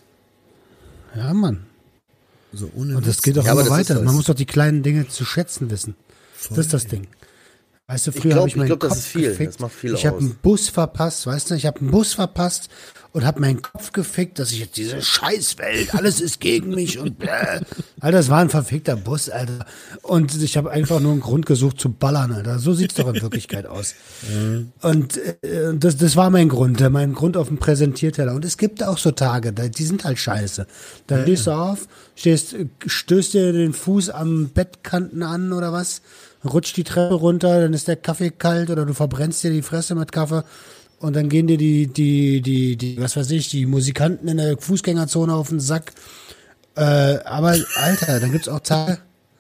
Ja, Mann. So ohne Und das Witz. geht auch Ja, aber immer das ist weiter. das. Man muss doch die kleinen Dinge zu schätzen wissen. Voll. Das ist das Ding. Weißt du, Ich früher glaub- habe ich ich meinen glaub, das Kopf ist viel. gefickt. Das macht viel ich habe aus. einen Bus verpasst, weißt du? Ich habe einen Bus verpasst und habe meinen Kopf gefickt, dass ich jetzt diese Scheißwelt, alles ist gegen mich und bläh. Alter, das war ein verfickter Bus, Alter. Und ich habe einfach nur einen Grund gesucht zu ballern, Alter. So sieht's doch in Wirklichkeit aus. Und äh, das, das war mein Grund, äh, mein Grund auf dem Präsentierteller. Und es gibt auch so Tage, da- die sind halt scheiße. Da stehst du auf, stehst, äh, stößt dir den Fuß am Bettkanten an oder was, rutscht die Treppe runter, dann ist der Kaffee kalt oder du verbrennst dir die Fresse mit Kaffee und dann gehen dir die, die, die, die, was weiß ich, die Musikanten in der Fußgängerzone auf den Sack. Äh, aber Alter, dann gibt's auch Tage,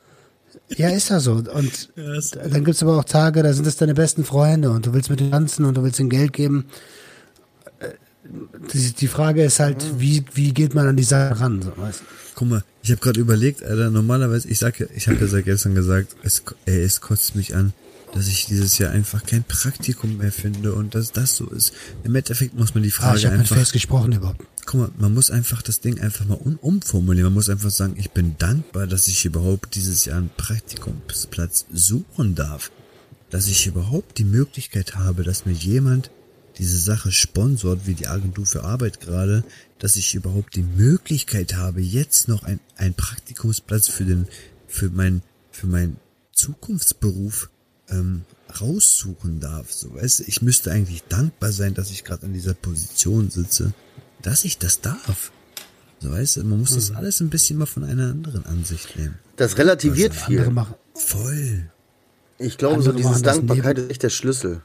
ja, ist ja so. Und Ja, ist- dann gibt's aber auch Tage, da sind es deine besten Freunde und du willst mit denen tanzen und du willst ihnen Geld geben. Äh, Die, die Frage ist halt, wie, wie geht man an die Sache ran? So, weißt du? Guck mal, ich habe gerade überlegt, Alter, normalerweise, ich sag ja, ich habe ja seit gestern gesagt, es, ey, es kotzt mich an, dass ich dieses Jahr einfach kein Praktikum mehr finde und dass das so ist. Im Endeffekt muss man die Ah, Frage ich habe mit einfach, Face gesprochen überhaupt. guck mal, man muss einfach das Ding einfach mal um, umformulieren. Man muss einfach sagen, ich bin dankbar, dass ich überhaupt dieses Jahr einen Praktikumsplatz suchen darf. Dass ich überhaupt die Möglichkeit habe, dass mir jemand diese Sache sponsort, wie die Agentur für Arbeit gerade, dass ich überhaupt die Möglichkeit habe, jetzt noch ein, einen Praktikumsplatz für den, für mein, für meinen Zukunftsberuf ähm, raussuchen darf. So, weißt du, ich müsste eigentlich dankbar sein, dass ich gerade an dieser Position sitze, dass ich das darf. So, weißt du, man muss das alles ein bisschen mal von einer anderen Ansicht nehmen. Das relativiert Andere viel. machen, Voll. Ich glaube, so andere dieses machen das Dankbarkeit neben- ist echt der Schlüssel.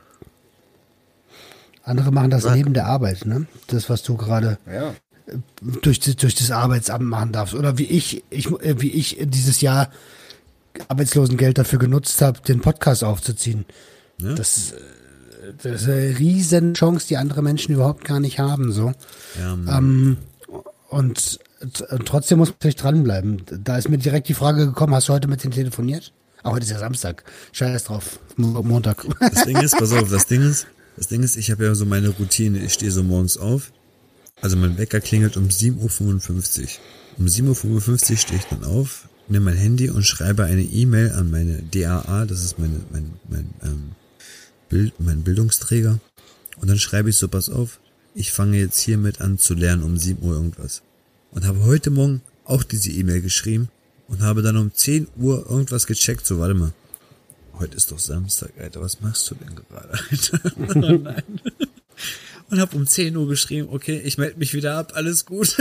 andere machen das Sag. neben der Arbeit, ne? Das, was du gerade Ja. durch, die- durch das Arbeitsamt machen darfst. Oder wie ich, ich, äh, wie ich dieses Jahr Arbeitslosengeld dafür genutzt habe, den Podcast aufzuziehen. Ja. Das, äh, das ist eine riesen Chance, die andere Menschen überhaupt gar nicht haben. So. Ja, Mann. Ähm, und t- trotzdem muss man natürlich dranbleiben. Da ist mir direkt die Frage gekommen, hast du heute mit denen telefoniert? Ah, heute ist ja Samstag. Scheiß drauf. Mo- Montag. Das Ding ist, pass auf, das Ding ist, das Ding ist, ich habe ja so meine Routine, ich stehe so morgens auf, also mein Wecker klingelt um sieben Uhr fünfundfünfzig. Um sieben Uhr fünfundfünfzig stehe ich dann auf, nehme mein Handy und schreibe eine E-Mail an meine D A A, das ist meine, mein, mein, ähm, Bild, mein Bildungsträger. Und dann schreibe ich so, pass auf, ich fange jetzt hiermit an zu lernen um sieben Uhr irgendwas. Und habe heute Morgen auch diese E-Mail geschrieben und habe dann um zehn Uhr irgendwas gecheckt, so warte mal. Heute ist doch Samstag, Alter, was machst du denn gerade, Alter? Oh nein. Und hab um zehn Uhr geschrieben, okay, ich melde mich wieder ab, alles gut.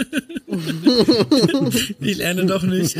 Ich lerne doch nicht.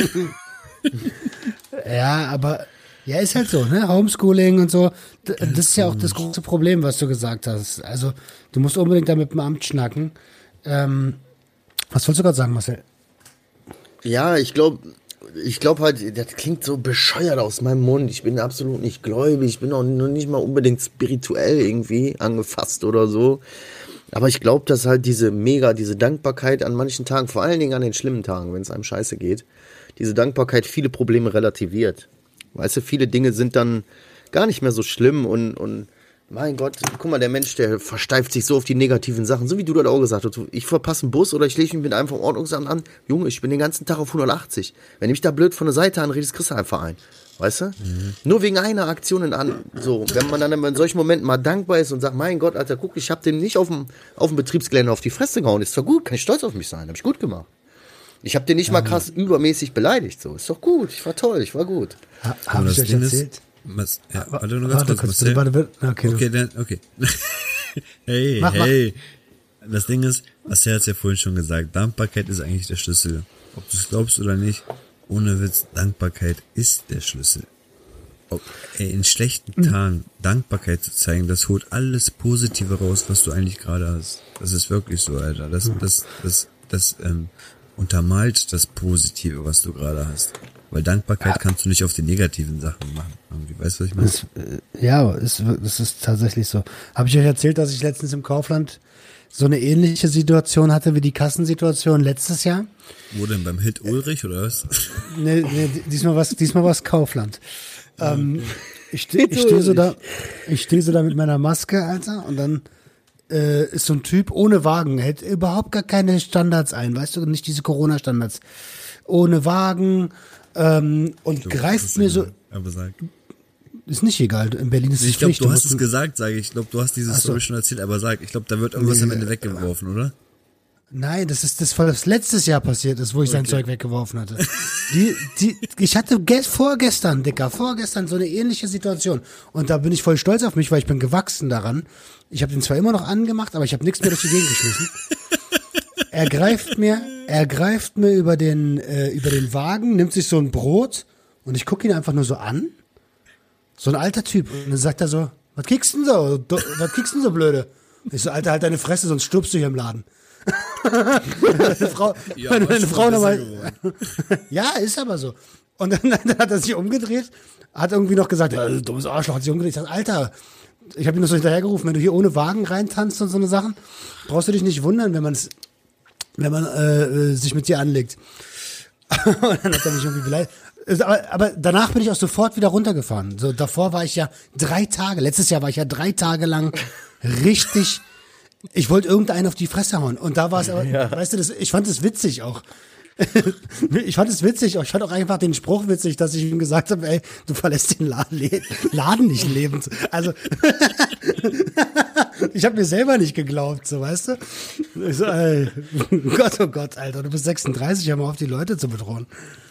Ja, aber ja, ist halt so, ne? Homeschooling und so. D- Das ist ja auch das große Problem, was du gesagt hast. Also, du musst unbedingt da mit dem Amt schnacken. Ähm, was wolltest du gerade sagen, Marcel? Ja, ich glaube, ich glaube halt, das klingt so bescheuert aus meinem Mund. Ich bin absolut nicht gläubig. Ich bin auch noch nicht mal unbedingt spirituell irgendwie angefasst oder so. Aber ich glaube, dass halt diese mega, diese Dankbarkeit an manchen Tagen, vor allen Dingen an den schlimmen Tagen, wenn es einem scheiße geht, diese Dankbarkeit viele Probleme relativiert. Weißt du, viele Dinge sind dann gar nicht mehr so schlimm und, und mein Gott, guck mal, der Mensch, der versteift sich so auf die negativen Sachen, so wie du das auch gesagt hast. Ich verpasse einen Bus oder ich lege mich mit einem vom Ordnungsamt an. Junge, ich bin den ganzen Tag auf hundertachtzig. Wenn ich mich da blöd von der Seite anredest, kriegst du einfach ein. Weißt du? Mhm. Nur wegen einer Aktion in an, so, wenn man dann in solchen Momenten mal dankbar ist und sagt, mein Gott, Alter, guck, ich hab dem nicht auf dem, auf dem Betriebsgelände auf die Fresse gehauen. Ist doch gut, kann ich stolz auf mich sein, hab ich gut gemacht. Ich hab den nicht mal krass übermäßig beleidigt, so. Ist doch gut, ich war toll, ich war gut. Ha, Habe ich das euch Ding ist- erzählt? Was, ja, warte nur ganz Warte kurz, kurz, Marcel. warte, warte, okay, Okay, dann, okay. Hey, Mach, mach. hey. Das Ding ist, Marcel hat es ja vorhin schon gesagt, Dankbarkeit ist eigentlich der Schlüssel. Ob du es glaubst oder nicht, ohne Witz, Dankbarkeit ist der Schlüssel. Ob, ey, in schlechten Tagen Dankbarkeit zu zeigen, das holt alles Positive raus, was du eigentlich gerade hast. Das ist wirklich so, Alter. Das, das, das, das, ähm, untermalt das Positive, was du gerade hast. Weil Dankbarkeit kannst du nicht auf die negativen Sachen machen. Irgendwie, weißt du, was ich meine? Das, äh, ja, es, das ist tatsächlich so. Habe ich euch erzählt, dass ich letztens im Kaufland so eine ähnliche Situation hatte wie die Kassensituation letztes Jahr. Wo denn, beim Hit Ulrich oder was? Nee, nee, diesmal was, diesmal was Kaufland. Ähm, ich stehe ich steh so da, ich stehe so da mit meiner Maske, Alter, und dann äh, ist so ein Typ ohne Wagen, hält überhaupt gar keine Standards ein, weißt du, nicht diese Corona-Standards. Ohne Wagen ähm, und Du, greift mir so, Aber sag. ist nicht egal, in Berlin ist es Ich glaube, Pflicht. du hast musst- es gesagt, sage ich. Ich glaube, du hast diese Ach so. Story schon erzählt, aber sag, ich glaube, da wird irgendwas am Ende weggeworfen, oder? Nein, das ist das, was letztes Jahr passiert ist, wo ich sein Zeug weggeworfen hatte. Die, die, ich hatte ge- vorgestern, Dicker, vorgestern so eine ähnliche Situation. Und da bin ich voll stolz auf mich, weil ich bin gewachsen daran. Ich habe den zwar immer noch angemacht, aber ich habe nichts mehr durch die Gegend geschmissen. Er greift mir, er greift mir über den, äh, über den Wagen, nimmt sich so ein Brot und ich gucke ihn einfach nur so an. So ein alter Typ. Und dann sagt er so, was kriegst du denn so? Do, was kriegst du denn so blöde? Ich so, Alter, halt deine Fresse, sonst stirbst du hier im Laden. meine Frau, Ja, meine, aber meine schon Frau besser nochmal. geworden. Ja, ist aber so. Und dann, dann hat er sich umgedreht, hat irgendwie noch gesagt, ja, dummes Arschloch, hat sich umgedreht. Ich sag, Alter, ich habe ihn noch so hinterhergerufen, wenn du hier ohne Wagen reintanzt und so eine Sachen, brauchst du dich nicht wundern, wenn man es, wenn man äh, äh, sich mit dir anlegt. Und dann hat er mich irgendwie beleidigt. Aber, aber danach bin ich auch sofort wieder runtergefahren. So, davor war ich ja drei Tage, letztes Jahr war ich ja drei Tage lang richtig, ich wollte irgendeinen auf die Fresse hauen. Und da war es aber, ja. weißt du, das, ich fand es witzig auch. Ich fand es witzig, ich fand auch einfach den Spruch witzig, dass ich ihm gesagt habe, ey, du verlässt den Laden, Laden nicht lebend. Also, ich habe mir selber nicht geglaubt, so, weißt du? Ich so, ey, Gott, oh Gott, Alter, du bist sechsunddreißig, hör mal auf, die Leute zu bedrohen.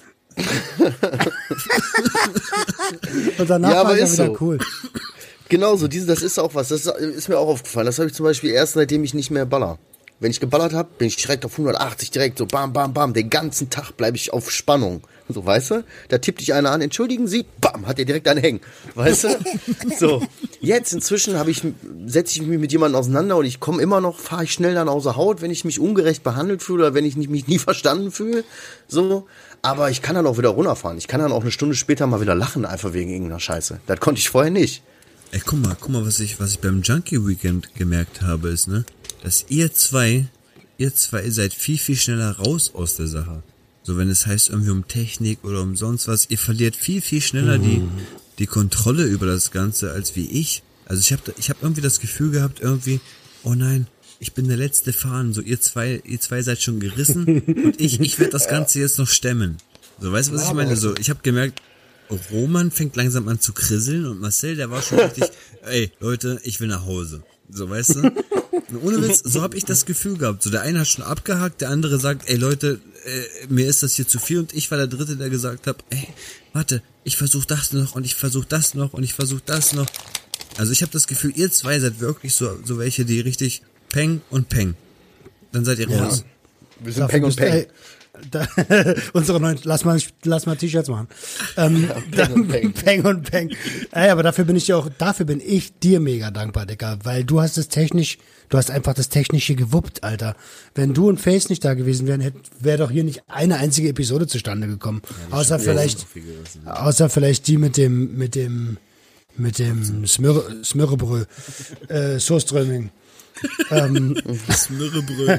Und danach Ja, war aber ich ja ist wieder so. cool. Genauso, diese, das ist auch was, das ist mir auch aufgefallen. Das habe ich zum Beispiel erst, seitdem ich nicht mehr baller. Wenn ich geballert habe, bin ich direkt auf hundertachtzig, direkt so bam, bam, bam. Den ganzen Tag bleibe ich auf Spannung. So, weißt du? Da tippt dich einer an, entschuldigen Sie, bam, hat der direkt einen hängen. Weißt du? So, jetzt inzwischen habe ich, setze ich mich mit jemandem auseinander und ich komme immer noch, fahre ich schnell dann außer Haut, wenn ich mich ungerecht behandelt fühle oder wenn ich nicht, mich nie verstanden fühle. So, aber ich kann dann auch wieder runterfahren. Ich kann dann auch eine Stunde später mal wieder lachen, einfach wegen irgendeiner Scheiße. Das konnte ich vorher nicht. Ey, guck mal, guck mal, was ich, was ich beim Junkie Weekend gemerkt habe, ist, ne, dass ihr zwei, ihr zwei seid viel, viel schneller raus aus der Sache. So, wenn es heißt irgendwie um Technik oder um sonst was, ihr verliert viel, viel schneller die, die Kontrolle über das Ganze als wie ich. Also ich habe ich hab irgendwie das Gefühl gehabt, irgendwie, oh nein, ich bin der letzte Fahnen, so ihr zwei, ihr zwei seid schon gerissen und ich, ich werde das Ganze jetzt noch stemmen. So, weißt du, was ich meine? So, ich habe gemerkt, Roman fängt langsam an zu krisseln und Marcel, der war schon richtig, ey, Leute, ich will nach Hause. So, weißt du? Und ohne Witz, so habe ich das Gefühl gehabt. So, der eine hat schon abgehakt, der andere sagt, ey Leute, äh, mir ist das hier zu viel und ich war der Dritte, der gesagt hat, ey, warte, ich versuche das noch und ich versuche das noch und ich versuche das noch. Also ich habe das Gefühl, ihr zwei seid wirklich so, so welche, die richtig Peng und Peng. Dann seid ihr raus. Wir sind Peng und Peng. Da, unsere neuen, lass mal, lass mal T-Shirts machen. Ähm, ja, Peng und Peng. Peng und Peng. Ey, aber dafür bin ich dir auch, dafür bin ich dir mega dankbar, Dicker, weil du hast es technisch, du hast einfach das Technische gewuppt, Alter. Wenn du und Face nicht da gewesen wären, wäre doch hier nicht eine einzige Episode zustande gekommen. Ja, außer vielleicht, außer vielleicht die mit dem, mit dem, mit dem Smir Smürrebrö, äh, Soßströming. ähm, Smürrebrö.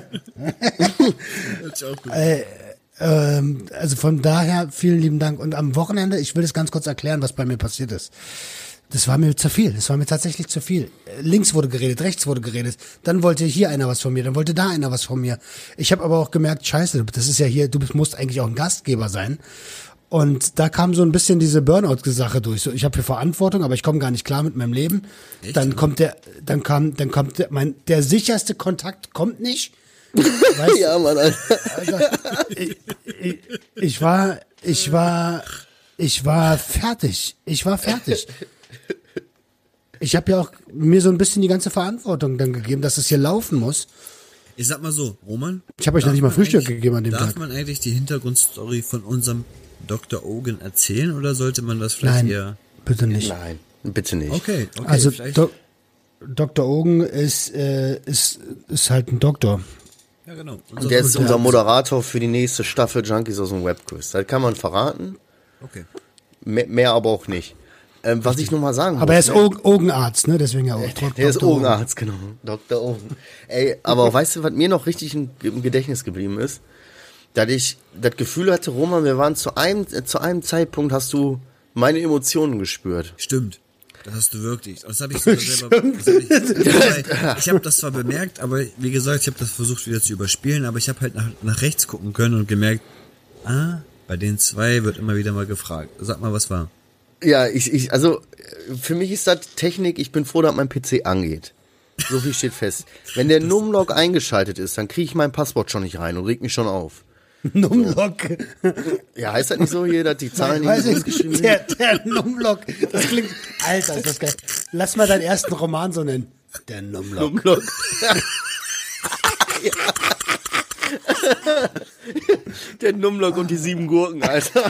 äh, ähm, also von daher vielen lieben Dank. Und am Wochenende, ich will das ganz kurz erklären, was bei mir passiert ist. Das war mir zu viel. Das war mir tatsächlich zu viel. Links wurde geredet, rechts wurde geredet. Dann wollte hier einer was von mir, dann wollte da einer was von mir. Ich habe aber auch gemerkt, scheiße, das ist ja hier, du musst eigentlich auch ein Gastgeber sein. Und da kam so ein bisschen diese Burnout-Sache durch. So, ich habe hier Verantwortung, aber ich komme gar nicht klar mit meinem Leben. Echt? Dann kommt der, dann kam, dann kommt der, mein, der sicherste Kontakt kommt nicht. Weißt, ja, Mann, Alter. Also, ich, ich, ich war, ich war, ich war fertig. Ich war fertig. Ich habe ja auch mir so ein bisschen die ganze Verantwortung dann gegeben, dass es hier laufen muss. Ich sag mal so, Roman. Ich habe euch noch nicht mal Frühstück gegeben an dem darf Tag. Darf man eigentlich die Hintergrundstory von unserem Doktor Ogen erzählen oder sollte man das vielleicht Nein, eher... bitte nicht. Nein, bitte nicht. Okay, okay. Also vielleicht... Do Doktor Ogen ist, äh, ist, ist halt ein Doktor. Ja, genau. Und der ist unser Moderator für die nächste Staffel Junkies aus dem Webquiz. Das kann man verraten. Okay. Mehr, mehr aber auch nicht. Ähm, was ich nochmal sagen aber muss. er ist Aug- Augenarzt, ne? Deswegen ja auch. Der, der ist Augenarzt, genau. Doktor Augen. Ey, aber weißt du, was mir noch richtig im, im Gedächtnis geblieben ist? Dass ich das Gefühl hatte, Roman, wir waren zu einem, äh, zu einem Zeitpunkt, hast du meine Emotionen gespürt. Stimmt. Das hast du wirklich. Das habe ich sogar selber. Das hab ich ich habe das zwar bemerkt, aber wie gesagt, ich habe das versucht wieder zu überspielen, aber ich habe halt nach, nach rechts gucken können und gemerkt, ah, bei den zwei wird immer wieder mal gefragt. Sag mal, was war? Ja, ich, ich, also für mich ist das Technik, ich bin froh, dass mein P C angeht. So viel steht fest. Wenn der Numlock eingeschaltet ist, dann kriege ich mein Passwort schon nicht rein und regt mich schon auf. Numlock. Ja, heißt das nicht so hier, dass die Zahlen Weiß nicht ich, geschrieben sind? der, der Numlock. Das klingt, Alter, ist das geil. Lass mal deinen ersten Roman so nennen. Der Numlock. Numlock. Ja. Der Numlock und die sieben Gurken, Alter.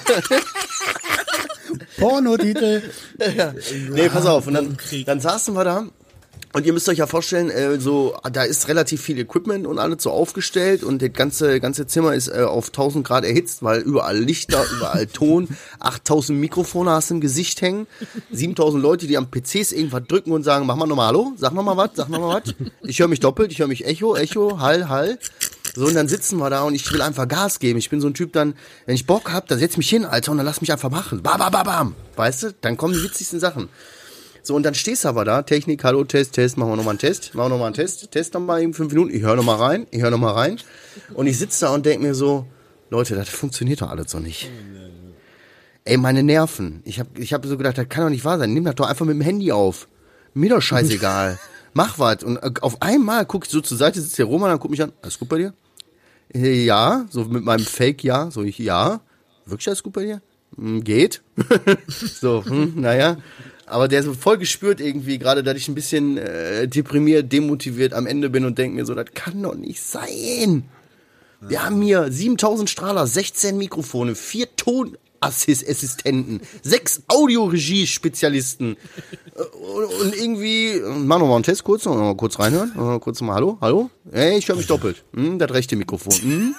Pornotitel. Ja. Nee, pass auf. Und dann, dann saßen wir da. Und ihr müsst euch ja vorstellen, äh, so, da ist relativ viel Equipment und alles so aufgestellt und das ganze, ganze Zimmer ist äh, auf tausend Grad erhitzt, weil überall Lichter, überall Ton, achttausend Mikrofone hast du im Gesicht hängen, siebentausend Leute, die am P Cs irgendwas drücken und sagen, mach mal nochmal Hallo, sag nochmal was, sag nochmal was. Ich höre mich doppelt, ich höre mich Echo, Echo, Hall, Hall. So, und dann sitzen wir da und ich will einfach Gas geben. Ich bin so ein Typ dann, wenn ich Bock hab, dann setz mich hin, Alter, und dann lass mich einfach machen. Bam, bam, bam, bam. Weißt du? Dann kommen die witzigsten Sachen. So, und dann stehst du aber da, Technik, hallo, Test, Test, machen wir nochmal einen Test, machen wir nochmal einen Test, Test nochmal eben fünf Minuten, ich höre nochmal rein, ich höre nochmal rein. Und ich sitze da und denke mir so, Leute, das funktioniert doch alles so nicht. Ey, meine Nerven. Ich habe ich hab so gedacht, das kann doch nicht wahr sein. Nimm das doch einfach mit dem Handy auf. Mir doch scheißegal. Mach was. Und auf einmal guck ich so zur Seite, sitzt der Roman, dann guck mich an, alles gut bei dir? Ja, so mit meinem Fake-Ja, so ich, ja. Wirklich alles gut bei dir? Geht. So, hm, naja. Aber der so voll gespürt irgendwie, gerade, dass ich ein bisschen äh, deprimiert, demotiviert am Ende bin und denke mir so, das kann doch nicht sein. Wir haben hier siebentausend Strahler, sechzehn Mikrofone, vier Tonassistenten, sechs Audioregie-Spezialisten und, und irgendwie, mach noch mal einen Test kurz, noch mal kurz reinhören, noch mal kurz mal Hallo, Hallo, hey, ich höre mich doppelt, hm, das rechte Mikrofon. Hm?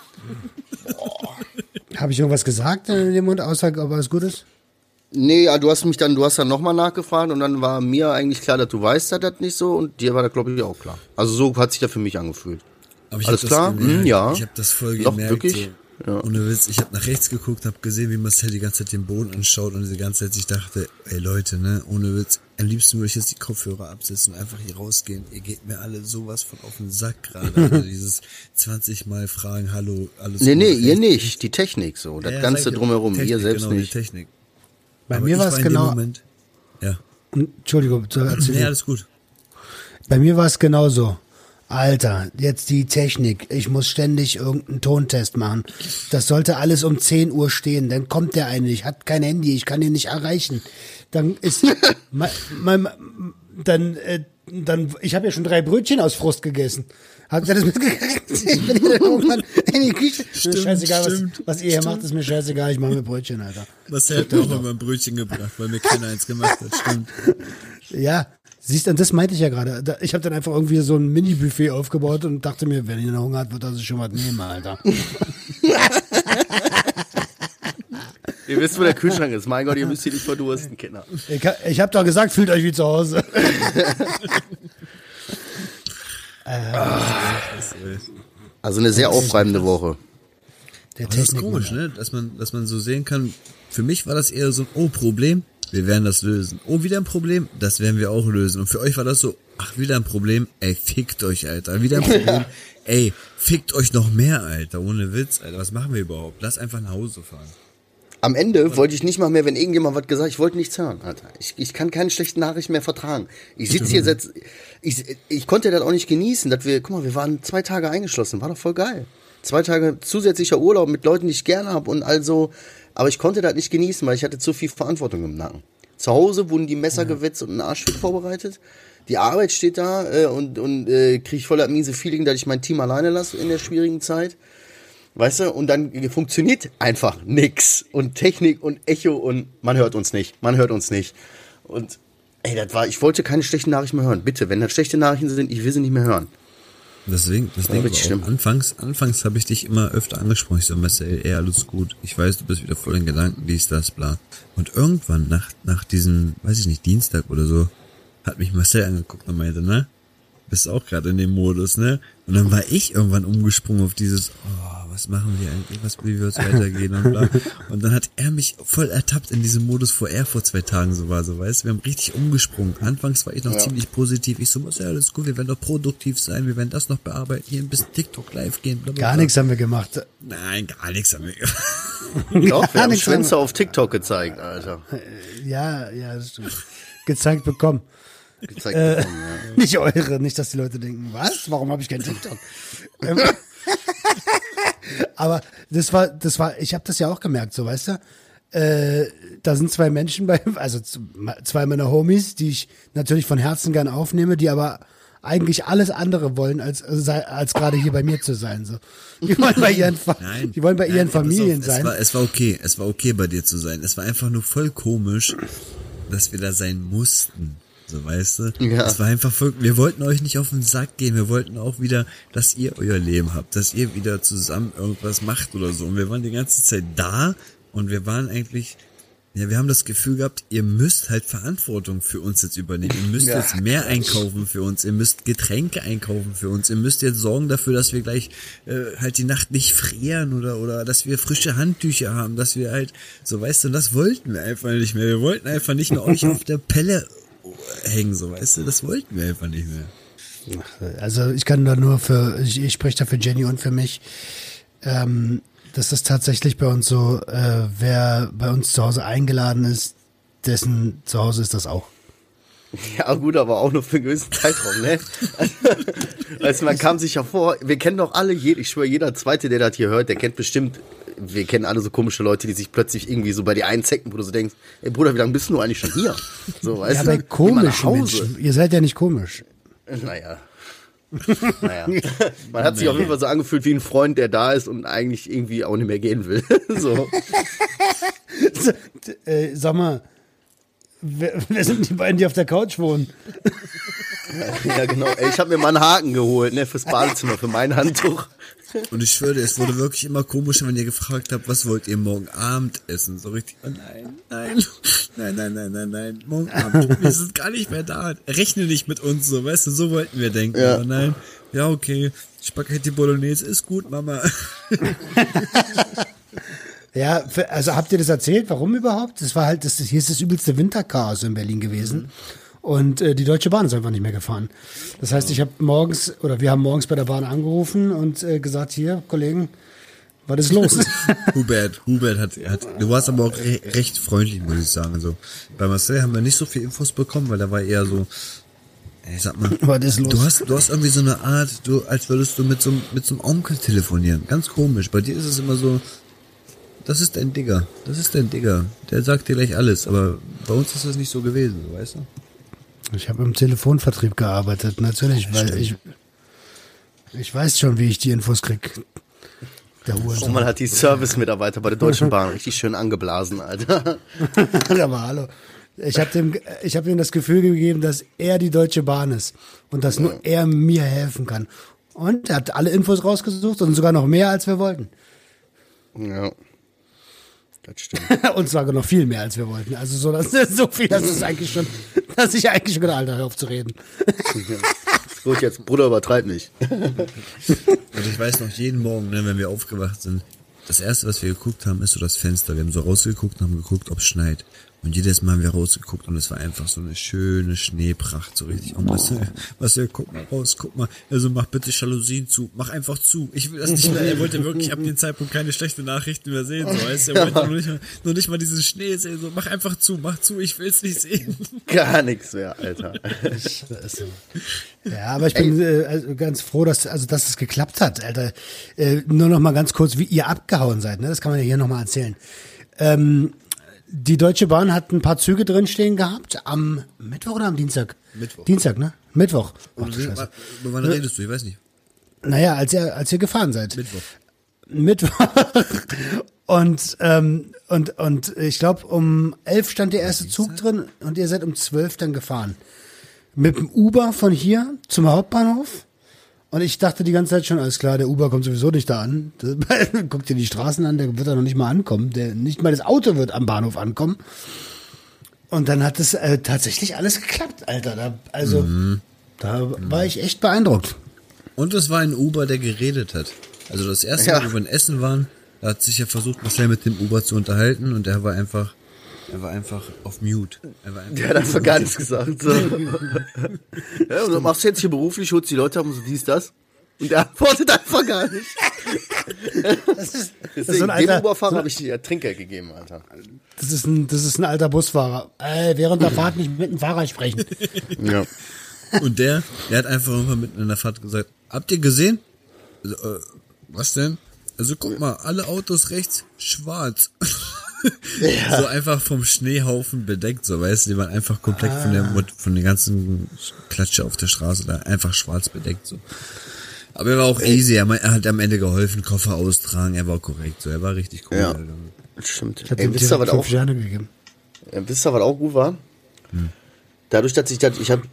Habe ich irgendwas gesagt in dem Mund, außer ob alles gut ist? Nee, ja, du hast mich dann, du hast dann nochmal nachgefragt und dann war mir eigentlich klar, dass du weißt, dass das nicht so und dir war das, glaube ich, auch klar. Also so hat sich das für mich angefühlt. Aber ich Alles hab klar? Das gemerkt, hm, ja. Ich habe das voll Doch, gemerkt. wirklich? So, Ja. ohne Witz, ich habe nach rechts geguckt, habe gesehen, wie Marcel die ganze Zeit den Boden anschaut und die ganze Zeit ich dachte, ey Leute, ne, ohne Witz, am liebsten würde ich jetzt die Kopfhörer absetzen und einfach hier rausgehen. Ihr geht mir alle sowas von auf den Sack gerade. Also dieses zwanzig Mal fragen, hallo, alles Nee, gut, nee, echt. ihr nicht, die Technik so, das Ja, ja, Ganze sag ich ja, drumherum, Technik, ihr selbst genau, nicht. Die Technik. Bei Aber mir ich war es in dem genau. Moment, ja. Entschuldigung, so erzähl. Nee, alles gut. Bei mir war es genauso. Alter, jetzt die Technik. Ich muss ständig irgendeinen Tontest machen. Das sollte alles um zehn Uhr stehen. Dann kommt der eine. Ich hat kein Handy. Ich kann ihn nicht erreichen. Dann ist, mein, mein, dann, äh, dann, ich habe ja schon drei Brötchen aus Frust gegessen. Habt ihr das mitgekriegt? Ich bin hier irgendwann in die Küche. Stimmt, mir scheißegal, was, stimmt, was ihr hier stimmt. macht, ist mir scheißegal. Ich mache mir Brötchen, Alter. Marcel hat mir auch mal ein Brötchen gebracht, weil mir keiner eins gemacht hat, stimmt. Ja, siehst du, das meinte ich ja gerade. Da- Ich habe dann einfach irgendwie so ein Mini-Buffet aufgebaut und dachte mir, wenn ihr noch Hunger hat, wird er sich schon was nehmen, Alter. Ihr wisst, wo der Kühlschrank ist. Mein Gott, ihr müsst hier nicht verdursten, Kinder. Ich, ha- ich habe doch gesagt, fühlt euch wie zu Hause. Also eine sehr aufreibende Woche. Der Aber das ist Technik. komisch, ne? Dass man, dass man so sehen kann, für mich war das eher so ein Oh-Problem, wir werden das lösen. Oh, wieder ein Problem, das werden wir auch lösen. Und für euch war das so, ach, wieder ein Problem, ey, fickt euch, Alter. Wieder ein Problem, ey, fickt euch noch mehr, Alter. Ohne Witz, Alter. Was machen wir überhaupt? Lass einfach nach Hause fahren. Am Ende wollte ich nicht mal mehr, wenn irgendjemand was gesagt hat, ich wollte nichts hören, Alter. Ich, ich kann keine schlechten Nachrichten mehr vertragen. Ich sitze hier seit, ich, ich konnte das auch nicht genießen, dass wir, guck mal, wir waren zwei Tage eingeschlossen, war doch voll geil. Zwei Tage zusätzlicher Urlaub mit Leuten, die ich gerne habe und also, aber ich konnte das nicht genießen, weil ich hatte zu viel Verantwortung im Nacken. Zu Hause wurden die Messer gewetzt und ein Arschfick vorbereitet. Die Arbeit steht da äh, und, und äh, kriege ich voll das miese Feeling, dass ich mein Team alleine lasse in der schwierigen Zeit. Weißt du, und dann funktioniert einfach nix. Und Technik und Echo und man hört uns nicht. Man hört uns nicht. Und ey, das war, ich wollte keine schlechten Nachrichten mehr hören. Bitte, wenn das schlechte Nachrichten sind, ich will sie nicht mehr hören. Deswegen, deswegen Ja, richtig war auch anfangs, anfangs habe ich dich immer öfter angesprochen. Ich so, Marcel, ey, alles gut. Ich weiß, du bist wieder voll in Gedanken, dies, das, bla. Und irgendwann, nach, nach diesem, weiß ich nicht, Dienstag oder so, hat mich Marcel angeguckt und meinte, ne? Bist auch gerade in dem Modus, ne? Und dann war ich irgendwann umgesprungen auf dieses, oh, was machen wir eigentlich, was, wie wird's weitergehen und bla. Und dann hat er mich voll ertappt in diesem Modus, wo er vor zwei Tagen so war, so weißt. Wir haben richtig umgesprungen. Anfangs war ich noch ja. ziemlich positiv. Ich so, muss ja alles gut, wir werden doch produktiv sein, wir werden das noch bearbeiten, hier ein bisschen TikTok live gehen, bla, bla, bla. Gar nichts haben wir gemacht. Nein, gar nichts haben wir gemacht. Doch, wir haben Schwänze auf TikTok gezeigt, Alter. Ja, ja, das stimmt. Gezeigt bekommen. Gezeigt äh, bekommen, ja. Nicht eure, nicht, dass die Leute denken, was? Warum habe ich kein TikTok? ähm, aber das war, das war, ich habe das ja auch gemerkt, so weißt du. Äh, da sind zwei Menschen bei, also zwei meiner Homies, die ich natürlich von Herzen gern aufnehme, die aber eigentlich alles andere wollen, als als gerade hier bei mir zu sein. So, die wollen bei ihren, nein, die wollen bei nein, ihren Familien auf, sein. Es war, es war okay, es war okay bei dir zu sein. Es war einfach nur voll komisch, dass wir da sein mussten. So, weißt du? Ja. Es war einfach voll, wir wollten euch nicht auf den Sack gehen, wir wollten auch wieder, dass ihr euer Leben habt, dass ihr wieder zusammen irgendwas macht oder so. Und wir waren die ganze Zeit da und wir waren eigentlich, ja, wir haben das Gefühl gehabt, ihr müsst halt Verantwortung für uns jetzt übernehmen. Ihr müsst ja. jetzt mehr einkaufen für uns, ihr müsst Getränke einkaufen für uns, ihr müsst jetzt sorgen dafür, dass wir gleich äh, halt die Nacht nicht frieren oder oder dass wir frische Handtücher haben, dass wir halt, so weißt du, und das wollten wir einfach nicht mehr. Wir wollten einfach nicht mehr euch auf der Pelle hängen, so weißt du, das wollten wir einfach nicht mehr. Also ich kann da nur für, ich, ich spreche da für Jenny und für mich, ähm, dass das tatsächlich bei uns so, äh, wer bei uns zu Hause eingeladen ist, dessen zu Hause ist das auch. Ja gut, aber auch nur für einen gewissen Zeitraum, ne? Also man kam sich ja vor, wir kennen doch alle, ich schwöre, jeder Zweite, der das hier hört, der kennt bestimmt, wir kennen alle so komische Leute, die sich plötzlich irgendwie so bei dir einzecken, wo du so denkst, ey Bruder, wie lange bist du eigentlich schon hier? So, weißt ja, du? aber komisch, Mensch. Ihr seid ja nicht komisch. Naja. Naja. Man hat sich auf jeden Fall so angefühlt wie ein Freund, der da ist und eigentlich irgendwie auch nicht mehr gehen will. So. so äh, sag mal, wer, wer sind die beiden, die auf der Couch wohnen? Ja, genau. Ey, ich habe mir mal einen Haken geholt, ne, fürs Badezimmer, für mein Handtuch. Und ich schwöre, es wurde wirklich immer komischer, wenn ihr gefragt habt, was wollt ihr morgen Abend essen? So richtig, oh nein, nein, nein, nein, nein, nein, nein, morgen Abend, wir sind gar nicht mehr da. Rechne nicht mit uns, so, weißt du, so wollten wir denken. Ja. Aber nein, ja, okay, Spaghetti Bolognese ist gut, Mama. Ja, also habt ihr das erzählt? Warum überhaupt? Das war halt, das, hier ist das übelste Winterchaos in Berlin gewesen. Mhm. Und äh, die Deutsche Bahn ist einfach nicht mehr gefahren. Das heißt, ich habe morgens, oder wir haben morgens bei der Bahn angerufen und äh, gesagt, hier, Kollegen, was ist los? Hubert, Hubert hat, hat, du warst aber auch re recht freundlich, muss ich sagen. Also, bei Marcel haben wir nicht so viel Infos bekommen, weil da war eher so, ey, sag mal, was ist los? Du hast, du hast irgendwie so eine Art, du, als würdest du mit so, mit so einem Onkel telefonieren. Ganz komisch. Bei dir ist es immer so, das ist dein Digger, das ist dein Digger. Der sagt dir gleich alles, aber bei uns ist das nicht so gewesen, weißt du? Ich habe im Telefonvertrieb gearbeitet, natürlich, weil ich ich weiß schon, wie ich die Infos krieg. Der Und man hat die Service-Mitarbeiter bei der Deutschen Bahn richtig schön angeblasen, Alter. Aber hallo. Ich habe dem, ich habe ihm das Gefühl gegeben, dass er die Deutsche Bahn ist und dass nur er mir helfen kann. Und er hat alle Infos rausgesucht und sogar noch mehr, als wir wollten. Ja. Das stimmt. Und zwar noch viel mehr, als wir wollten. Also so, das ist so viel, dass es eigentlich schon, dass ich eigentlich schon gedacht, Alter, hör auf zu reden. Ja. Gut, jetzt, Bruder, übertreib nicht. Und ich weiß noch, jeden Morgen, ne, wenn wir aufgewacht sind, das erste, was wir geguckt haben, ist so das Fenster. Wir haben so rausgeguckt und haben geguckt, ob es schneit. Und jedes Mal haben wir rausgeguckt und es war einfach so eine schöne Schneepracht, so richtig. Und was, was, guck mal raus, guck mal. Also mach bitte Jalousien zu, mach einfach zu. Ich will das nicht mehr. Er wollte wirklich ab dem Zeitpunkt keine schlechten Nachrichten mehr sehen, so weißt du. Er wollte nur nicht mal, nur nicht mal diesen Schnee sehen, so mach einfach zu, mach zu, ich will's nicht sehen. Gar nichts mehr, Alter. Ja, aber ich bin äh, also ganz froh, dass also dass es geklappt hat, Alter. Äh, nur noch mal ganz kurz, wie ihr abgehauen seid, ne? Das kann man ja hier noch mal erzählen. Ähm, Die Deutsche Bahn hat ein paar Züge drinstehen gehabt am Mittwoch oder am Dienstag? Mittwoch. Dienstag, ne? Mittwoch. Ach, Über wann redest du? Ich weiß nicht. Naja, als ihr, als ihr gefahren seid. Mittwoch. Mittwoch. Und, ähm, und, und ich glaube, um elf stand der erste Zug drin und ihr seid um zwölf dann gefahren. Mit dem Uber von hier zum Hauptbahnhof Und ich dachte die ganze Zeit schon, alles klar, der Uber kommt sowieso nicht da an. Guck dir die Straßen an, der wird da noch nicht mal ankommen. Der, nicht mal das Auto wird am Bahnhof ankommen. Und dann hat es äh, tatsächlich alles geklappt, Alter. Da, also, mhm. da war ich echt beeindruckt. Und es war ein Uber, der geredet hat. Also das erste Mal, ja. wo wir in Essen waren, da hat sich ja versucht, Marcel mit dem Uber zu unterhalten und er war einfach, er war einfach auf Mute. Er war einfach der hat einfach gar nichts gesagt. So. Ja, und du machst jetzt hier beruflich, holst die Leute ab und so dies, das. Und er antwortet einfach gar nicht. Das ist, Deswegen, das ist so ein alter, dem Uberfahrer so, habe ich dir Trinkgeld gegeben, Alter. Das ist ein, das ist ein alter Busfahrer. Äh, während der Fahrt nicht mit dem Fahrer sprechen. Ja. Und der, der hat einfach immer mitten in der Fahrt gesagt, habt ihr gesehen? Also, äh, was denn? Also guck mal, alle Autos rechts schwarz. Ja. So einfach vom Schneehaufen bedeckt, so weißt du, die waren einfach komplett ah. von der von der ganzen Klatsche auf der Straße da einfach schwarz bedeckt so. Aber er war auch easy, er hat am Ende geholfen, Koffer austragen, er war korrekt, so, er war richtig cool. Ja, stimmt. Ich Ey, wisst ihr, was auch, gegeben. wisst ihr, was auch gut war? Hm. Dadurch, dass ich das, ich hab,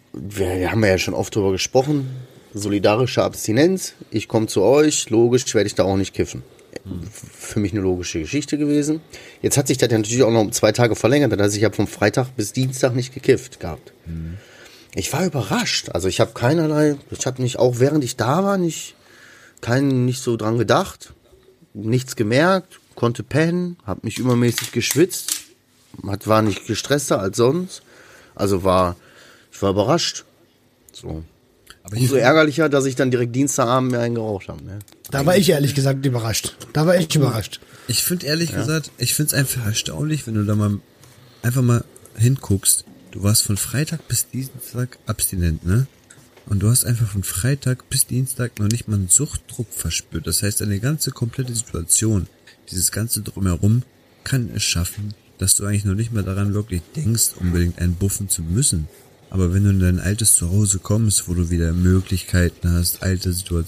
wir haben ja schon oft drüber gesprochen, solidarische Abstinenz, ich komme zu euch, logisch werde ich da auch nicht kiffen. Hm. Für mich eine logische Geschichte gewesen. Jetzt hat sich das ja natürlich auch noch um zwei Tage verlängert, das heißt, ich habe vom Freitag bis Dienstag nicht gekifft gehabt. Hm. Ich war überrascht. Also ich habe keinerlei, ich habe mich auch während ich da war nicht, kein, nicht so dran gedacht, nichts gemerkt, konnte pennen, habe mich übermäßig geschwitzt, hat, war nicht gestresster als sonst. Also war, ich war überrascht. So. Aber umso ärgerlicher, dass ich dann direkt Dienstagabend mir einen geraucht habe. Ne? Da war ich ehrlich gesagt überrascht. Da war ich überrascht. Ich finde ehrlich ja. gesagt, ich finde es einfach erstaunlich, wenn du da mal einfach mal hinguckst. Du warst von Freitag bis Dienstag abstinent, ne? Und du hast einfach von Freitag bis Dienstag noch nicht mal einen Suchtdruck verspürt. Das heißt, deine ganze komplette Situation, dieses ganze Drumherum, kann es schaffen, dass du eigentlich noch nicht mal daran wirklich denkst, unbedingt einen buffen zu müssen. Aber wenn du in dein altes Zuhause kommst, wo du wieder Möglichkeiten hast, alte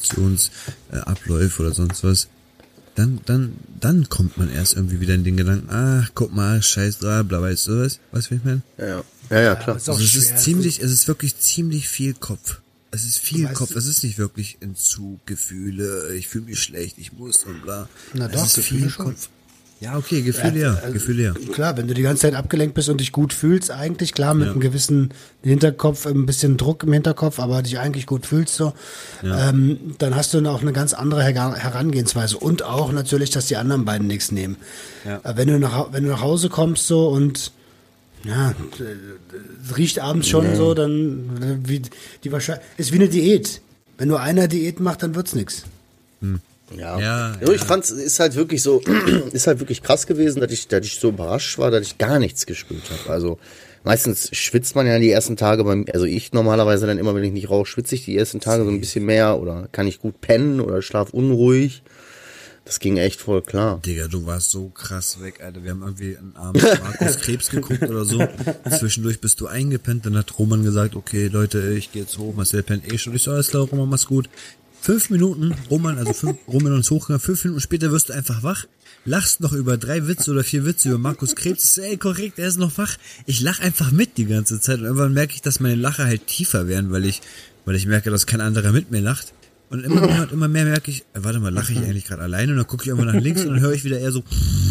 Situationsabläufe oder sonst was, dann, dann, dann kommt man erst irgendwie wieder in den Gedanken, ach, guck mal, scheiß da, bla, weißt du was? Weißt du, wie ich meine? Ja, ja. Ja, ja, klar. Also es ist ziemlich, es ist wirklich ziemlich viel Kopf. Es ist viel Kopf. Du? Es ist nicht wirklich Entzug, Gefühle, ich fühle mich schlecht, ich muss und bla. Na doch, es ist viel Kopf. Ja, okay, Gefühle ja, ja. Gefühle ja. Klar, wenn du die ganze Zeit abgelenkt bist und dich gut fühlst, eigentlich, klar, mit ja. einem gewissen Hinterkopf, ein bisschen Druck im Hinterkopf, aber dich eigentlich gut fühlst so, ja. ähm, dann hast du dann auch eine ganz andere Herangehensweise und auch natürlich, dass die anderen beiden nichts nehmen. Ja. Wenn du nach, wenn du nach Hause kommst so und ja, es riecht abends schon ja. so, dann wie die wahrscheinlich ist wie eine Diät. Wenn nur einer Diät macht, dann wird's nichts. Hm. Ja. Ja, ja, ich fand's ist halt wirklich so, ist halt wirklich krass gewesen, dass ich, dass ich so überrascht war, dass ich gar nichts gespürt habe. Also meistens schwitzt man ja die ersten Tage, beim, also ich normalerweise dann immer, wenn ich nicht rauche, schwitze ich die ersten Tage so ein bisschen mehr oder kann ich gut pennen oder schlaf unruhig. Das ging echt voll klar. Digga, du warst so krass weg, Alter. Wir haben irgendwie einen Abend Markus Krebs geguckt oder so. Zwischendurch bist du eingepennt. Dann hat Roman gesagt, okay, Leute, ich gehe jetzt hoch. Marcel pennt eh schon. Ich so, alles klar, Roman, mach's gut. Fünf Minuten, Roman, also fünf, Roman und uns hochgegangen. Fünf Minuten später wirst du einfach wach. Lachst noch über drei Witze oder vier Witze über Markus Krebs. Ich so, ey, korrekt, er ist noch wach. Ich lach einfach mit die ganze Zeit. Und irgendwann merke ich, dass meine Lacher halt tiefer werden, weil ich, weil ich merke, dass kein anderer mit mir lacht. Und immer mehr und immer mehr merke ich, äh, warte mal, lache ich eigentlich gerade alleine? Und dann gucke ich irgendwann nach links und dann höre ich wieder eher so.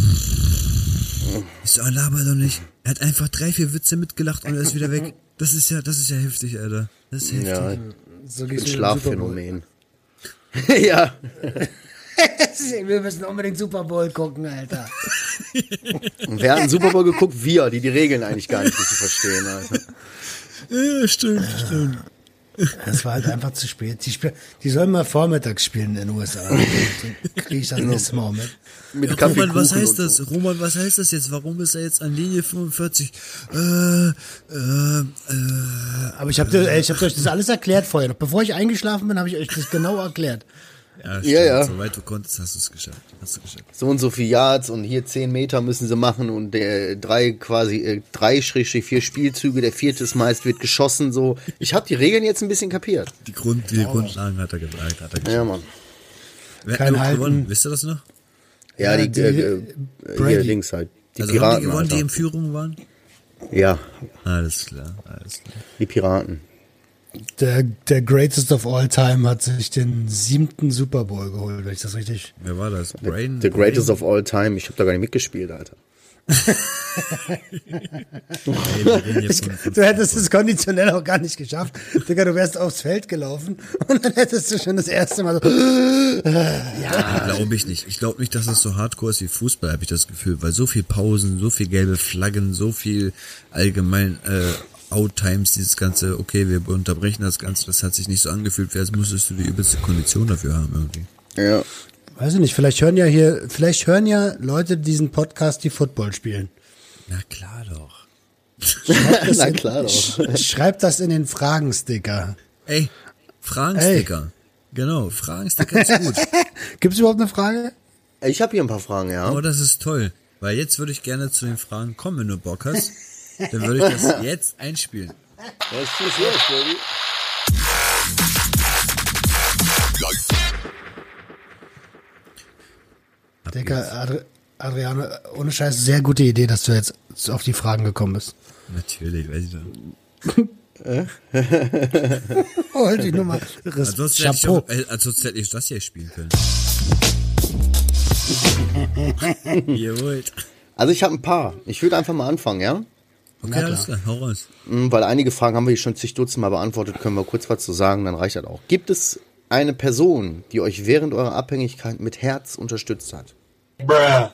Ich so, ah, laber doch nicht. Er hat einfach drei, vier Witze mitgelacht und er ist wieder weg. Das ist ja, das ist ja heftig, Alter. Das ist heftig. Ja, so ein Schlafphänomen. Ja. Wir müssen unbedingt Super Bowl gucken, Alter. Und wer hat einen Super Bowl geguckt? Wir, die die Regeln eigentlich gar nicht richtig verstehen, Alter. Ja, stimmt, stimmt. Das war halt einfach zu spät. Die, Sp- die sollen mal vormittags spielen in den U S A. Dann kriege ich das nächste Mal mit. mit ja, Roman, was heißt das? So. Roman, was heißt das jetzt? Warum ist er jetzt an Linie fünfundvierzig? Äh, äh, äh, Aber ich habe äh, hab euch das alles erklärt vorher. Noch bevor ich eingeschlafen bin, habe ich euch das genau erklärt. Ja, stimmt. Ja, ja. Soweit du konntest, hast du es geschafft. Hast du geschafft. So und so viel Yards und hier zehn Meter müssen sie machen und der drei quasi äh, drei Schrägstrich vier Spielzüge, der vierte ist meist wird geschossen so. Ich habe die Regeln jetzt ein bisschen kapiert. Die Grund, die oh. Grundlagen hat er gesagt, hat er geschafft. Ja, Mann. Wer hat noch gewonnen? Wisst ihr das noch? Ja, die, die äh, äh, hier links halt. Die also Piraten. Haben die gewonnen, die in Führung waren? Ja. Alles klar, alles klar. Die Piraten. Der, der Greatest of All Time hat sich den siebten Super Bowl geholt, wenn ich das richtig... Wer war das? Brain? The Greatest of All Time. Ich habe da gar nicht mitgespielt, Alter. Ey, wir reden jetzt von, von Du hättest es konditionell auch gar nicht geschafft. Digga, du wärst aufs Feld gelaufen und dann hättest du schon das erste Mal so... Ja, glaube ich nicht. Ich glaube nicht, dass es so hardcore ist wie Fußball, habe ich das Gefühl. Weil so viel Pausen, so viel gelbe Flaggen, so viel allgemein äh, Out-Times, dieses ganze, okay, wir unterbrechen das Ganze, das hat sich nicht so angefühlt, als musstest du die übelste Kondition dafür haben irgendwie. Ja. Weiß ich nicht, vielleicht hören ja hier, vielleicht hören ja Leute diesen Podcast, die Football spielen. Na klar doch. Schreibt das Na in, klar doch. sch- Schreibt das in den Fragensticker. Ey, Fragensticker. Genau, Fragensticker ist gut. Gibt's überhaupt eine Frage? Ich habe hier ein paar Fragen, ja. Oh, das ist toll. Weil jetzt würde ich gerne zu den Fragen kommen, wenn du Bock hast. Dann würde ich das jetzt einspielen. Was ist los, Baby? Digga, Adri Adriano, ohne Scheiß, sehr gute Idee, dass du jetzt auf die Fragen gekommen bist. Natürlich, weiß ich doch. Oh, halt die Nummer. Ansonsten hätte, ich auch, äh, ansonsten hätte ich das hier spielen können. Jawohl. Also ich habe ein paar. Ich würde einfach mal anfangen, ja? Okay, alles klar, hau raus. Mhm, Weil einige Fragen haben wir hier schon zig Dutzend Mal beantwortet, können wir kurz was zu sagen, dann reicht das auch. Gibt es eine Person, die euch während eurer Abhängigkeit mit Herz unterstützt hat? Bruh.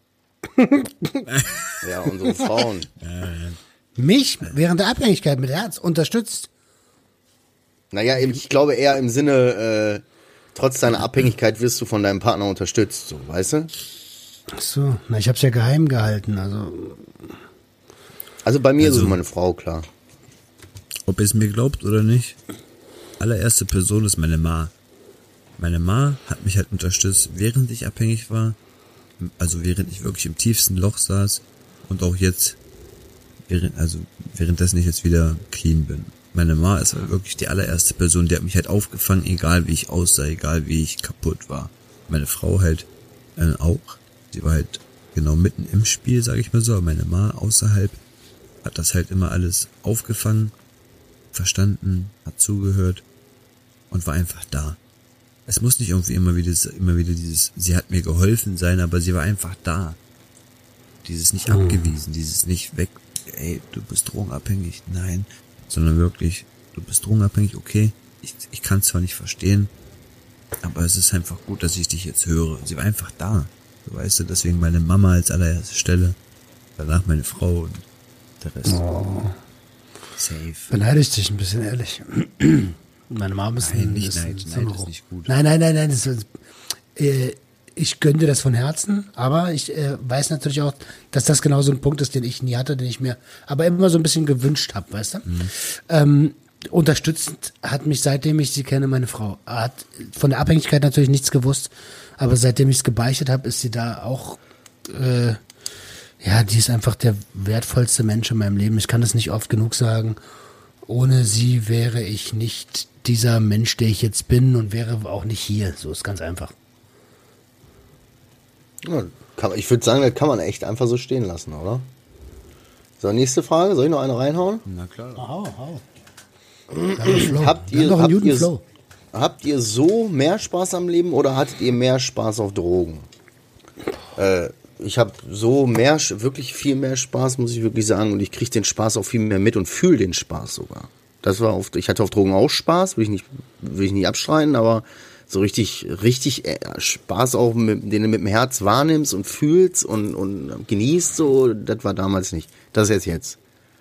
Ja, unsere Frauen. Mich während der Abhängigkeit mit Herz unterstützt. Naja, eben, ich glaube eher im Sinne, äh, trotz deiner Abhängigkeit wirst du von deinem Partner unterstützt, so, weißt du? Ach so, na, ich hab's ja geheim gehalten, also. Also bei mir Also- ist es meine Frau, klar. Ob ihr es mir glaubt oder nicht, allererste Person ist meine Ma. Meine Ma hat mich halt unterstützt, während ich abhängig war, also während ich wirklich im tiefsten Loch saß und auch jetzt, während, also währenddessen ich jetzt wieder clean bin. Meine Ma ist halt wirklich die allererste Person, die hat mich halt aufgefangen, egal wie ich aussah, egal wie ich kaputt war. Meine Frau halt äh, auch, sie war halt genau mitten im Spiel, sag ich mal so, aber meine Ma außerhalb hat das halt immer alles aufgefangen, verstanden, hat zugehört und war einfach da. Es muss nicht irgendwie immer wieder, immer wieder dieses, sie hat mir geholfen sein, aber sie war einfach da. Dieses nicht abgewiesen, dieses nicht weg, ey, du bist drogenabhängig, nein, sondern wirklich, du bist drogenabhängig, okay, ich, ich kann es zwar nicht verstehen, aber es ist einfach gut, dass ich dich jetzt höre. Sie war einfach da, du weißt du, deswegen meine Mama als allererste Stelle, danach meine Frau und der Rest. Oh. Safe. Beneide ich dich ein bisschen, ehrlich. Meine Mama ist Nein, ein nicht ist Neid. ein- Neid so eine ist Ro- nicht gut. Nein, nein, nein, nein. Das ist, äh, ich gönne dir das von Herzen, aber ich äh, weiß natürlich auch, dass das genau so ein Punkt ist, den ich nie hatte, den ich mir aber immer so ein bisschen gewünscht habe, weißt du? Mhm. Ähm, unterstützend hat mich, seitdem ich sie kenne, meine Frau. Hat von der Abhängigkeit natürlich nichts gewusst, aber seitdem ich es gebeichtet habe, ist sie da auch, äh, ja, die ist einfach der wertvollste Mensch in meinem Leben. Ich kann das nicht oft genug sagen. Ohne sie wäre ich nicht dieser Mensch, der ich jetzt bin und wäre auch nicht hier. So ist ganz einfach. Ja, kann, ich würde sagen, das kann man echt einfach so stehen lassen, oder? So, nächste Frage. Soll ich noch eine reinhauen? Na klar. Hau, hau. Wir haben einen Flow. Habt Wir haben ihr, doch einen habt, guten ihr, Flow. habt ihr so mehr Spaß am Leben oder hattet ihr mehr Spaß auf Drogen? Äh, ich habe so mehr, wirklich viel mehr Spaß, muss ich wirklich sagen. Und ich kriege den Spaß auch viel mehr mit und fühle den Spaß sogar. Das war oft, ich hatte auf Drogen auch Spaß, will ich nicht, will ich nicht abstreiten, aber so richtig, richtig äh, Spaß auch, mit, den du mit dem Herz wahrnimmst und fühlst und, und genießt, so, das war damals nicht. Das ist jetzt jetzt.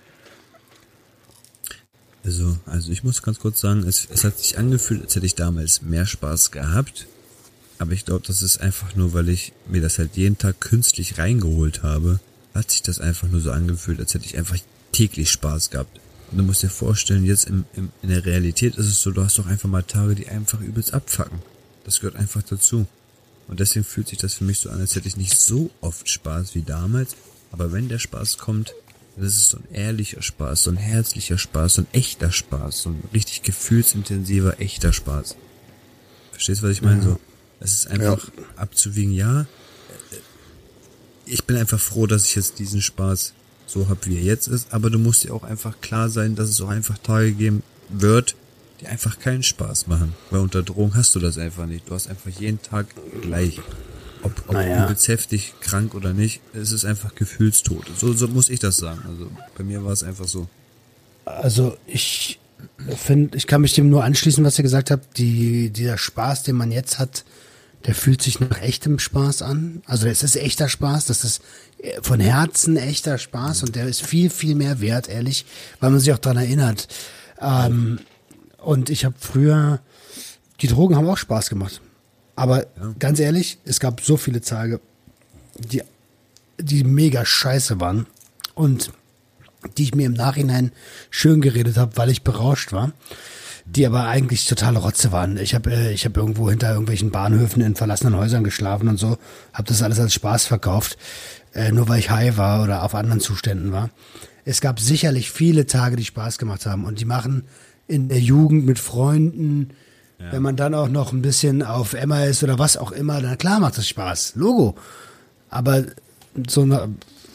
Also, also ich muss ganz kurz sagen, es, es hat sich angefühlt, als hätte ich damals mehr Spaß gehabt. Aber ich glaube, das ist einfach nur, weil ich mir das halt jeden Tag künstlich reingeholt habe, hat sich das einfach nur so angefühlt, als hätte ich einfach täglich Spaß gehabt. Und du musst dir vorstellen, jetzt im, im, in der Realität ist es so, du hast doch einfach mal Tage, die einfach übelst abfucken. Das gehört einfach dazu. Und deswegen fühlt sich das für mich so an, als hätte ich nicht so oft Spaß wie damals. Aber wenn der Spaß kommt, dann ist es so ein ehrlicher Spaß, so ein herzlicher Spaß, so ein echter Spaß, so ein richtig gefühlsintensiver, echter Spaß. Verstehst du, was ich meine? So, es ist einfach ja. abzuwiegen, ja. Ich bin einfach froh, dass ich jetzt diesen Spaß so habe, wie er jetzt ist, aber du musst dir auch einfach klar sein, dass es auch einfach Tage geben wird, die einfach keinen Spaß machen. Weil unter Drogen hast du das einfach nicht. Du hast einfach jeden Tag gleich. Ob, ob Naja. du jetzt heftig krank oder nicht, es ist einfach Gefühlstod. So, so muss ich das sagen. Also bei mir war es einfach so. Also ich finde, ich kann mich dem nur anschließen, was ihr gesagt habt. Die, dieser Spaß, den man jetzt hat, der fühlt sich nach echtem Spaß an. Also es ist echter Spaß, das ist von Herzen echter Spaß und der ist viel, viel mehr wert, ehrlich, weil man sich auch dran erinnert. Ähm, und ich habe früher, die Drogen haben auch Spaß gemacht. Aber Ja. ganz ehrlich, es gab so viele Tage, die, die mega scheiße waren und die ich mir im Nachhinein schön geredet habe, weil ich berauscht war, die aber eigentlich totale Rotze waren. Ich habe äh, ich hab irgendwo hinter irgendwelchen Bahnhöfen in verlassenen Häusern geschlafen und so, habe das alles als Spaß verkauft, äh, nur weil ich high war oder auf anderen Zuständen war. Es gab sicherlich viele Tage, die Spaß gemacht haben und die machen in der Jugend mit Freunden, ja. Wenn man dann auch noch ein bisschen auf Emma ist oder was auch immer, dann klar macht das Spaß, Logo. Aber so eine,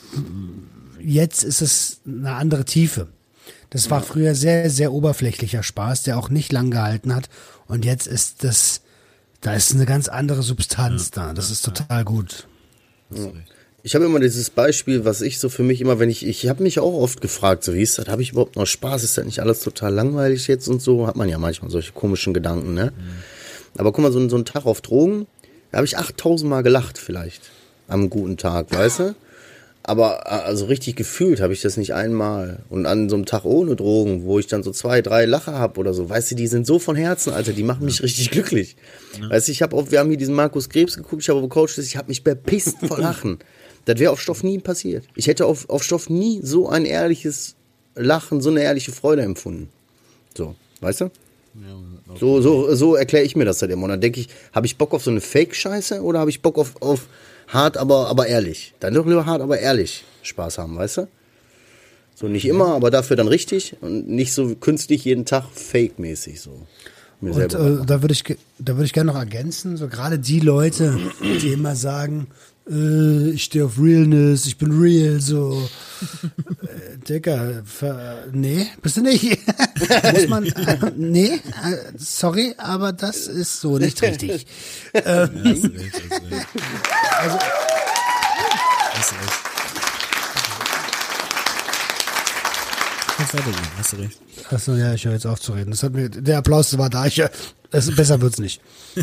jetzt ist es eine andere Tiefe. Das war früher sehr, sehr oberflächlicher Spaß, der auch nicht lang gehalten hat. Und jetzt ist das, da ist eine ganz andere Substanz ja, da. Das ja, ist total ja. gut. Ja. Ich habe immer dieses Beispiel, was ich so für mich immer, wenn ich, ich habe mich auch oft gefragt, so wie ist das, habe ich überhaupt noch Spaß? Ist das nicht alles total langweilig jetzt und so? Hat man ja manchmal solche komischen Gedanken, ne? Mhm. Aber guck mal, so, so ein Tag auf Drogen, da habe ich achttausend Mal gelacht vielleicht am guten Tag, weißt du? Aber also richtig gefühlt habe ich das nicht einmal. Und an so einem Tag ohne Drogen, wo ich dann so zwei, drei Lacher habe oder so, weißt du, die sind so von Herzen, Alter, die machen mich richtig glücklich. Ja. Weißt du, ich habe auch, wir haben hier diesen Markus Krebs geguckt, ich habe auf Coach, ich habe mich bepisst vor Lachen. Das wäre auf Stoff nie passiert. Ich hätte auf, auf Stoff nie so ein ehrliches Lachen, so eine ehrliche Freude empfunden. So, weißt du? Ja, so so, so erkläre ich mir das halt immer. Und dann denke ich, habe ich Bock auf so eine Fake-Scheiße oder habe ich Bock auf, auf hart, aber, aber ehrlich? Dann doch lieber hart, aber ehrlich Spaß haben, weißt du? So nicht immer, aber dafür dann richtig und nicht so künstlich jeden Tag fake-mäßig so. Mir und äh, da würde ich, da würde ich gerne noch ergänzen, so gerade die Leute, die immer sagen, äh, ich stehe auf Realness, ich bin real, so. äh, Digga, ver, nee, bist du nicht? Muss man, äh, nee, äh, sorry, aber das ist so nicht richtig. ähm, ja, hast recht, hast recht. Also, hast recht. Kannst weitergehen, hast du recht. Achso, ja, ich höre jetzt auf zu reden. Das hat mir, der Applaus war da, ich, das, besser wird's nicht.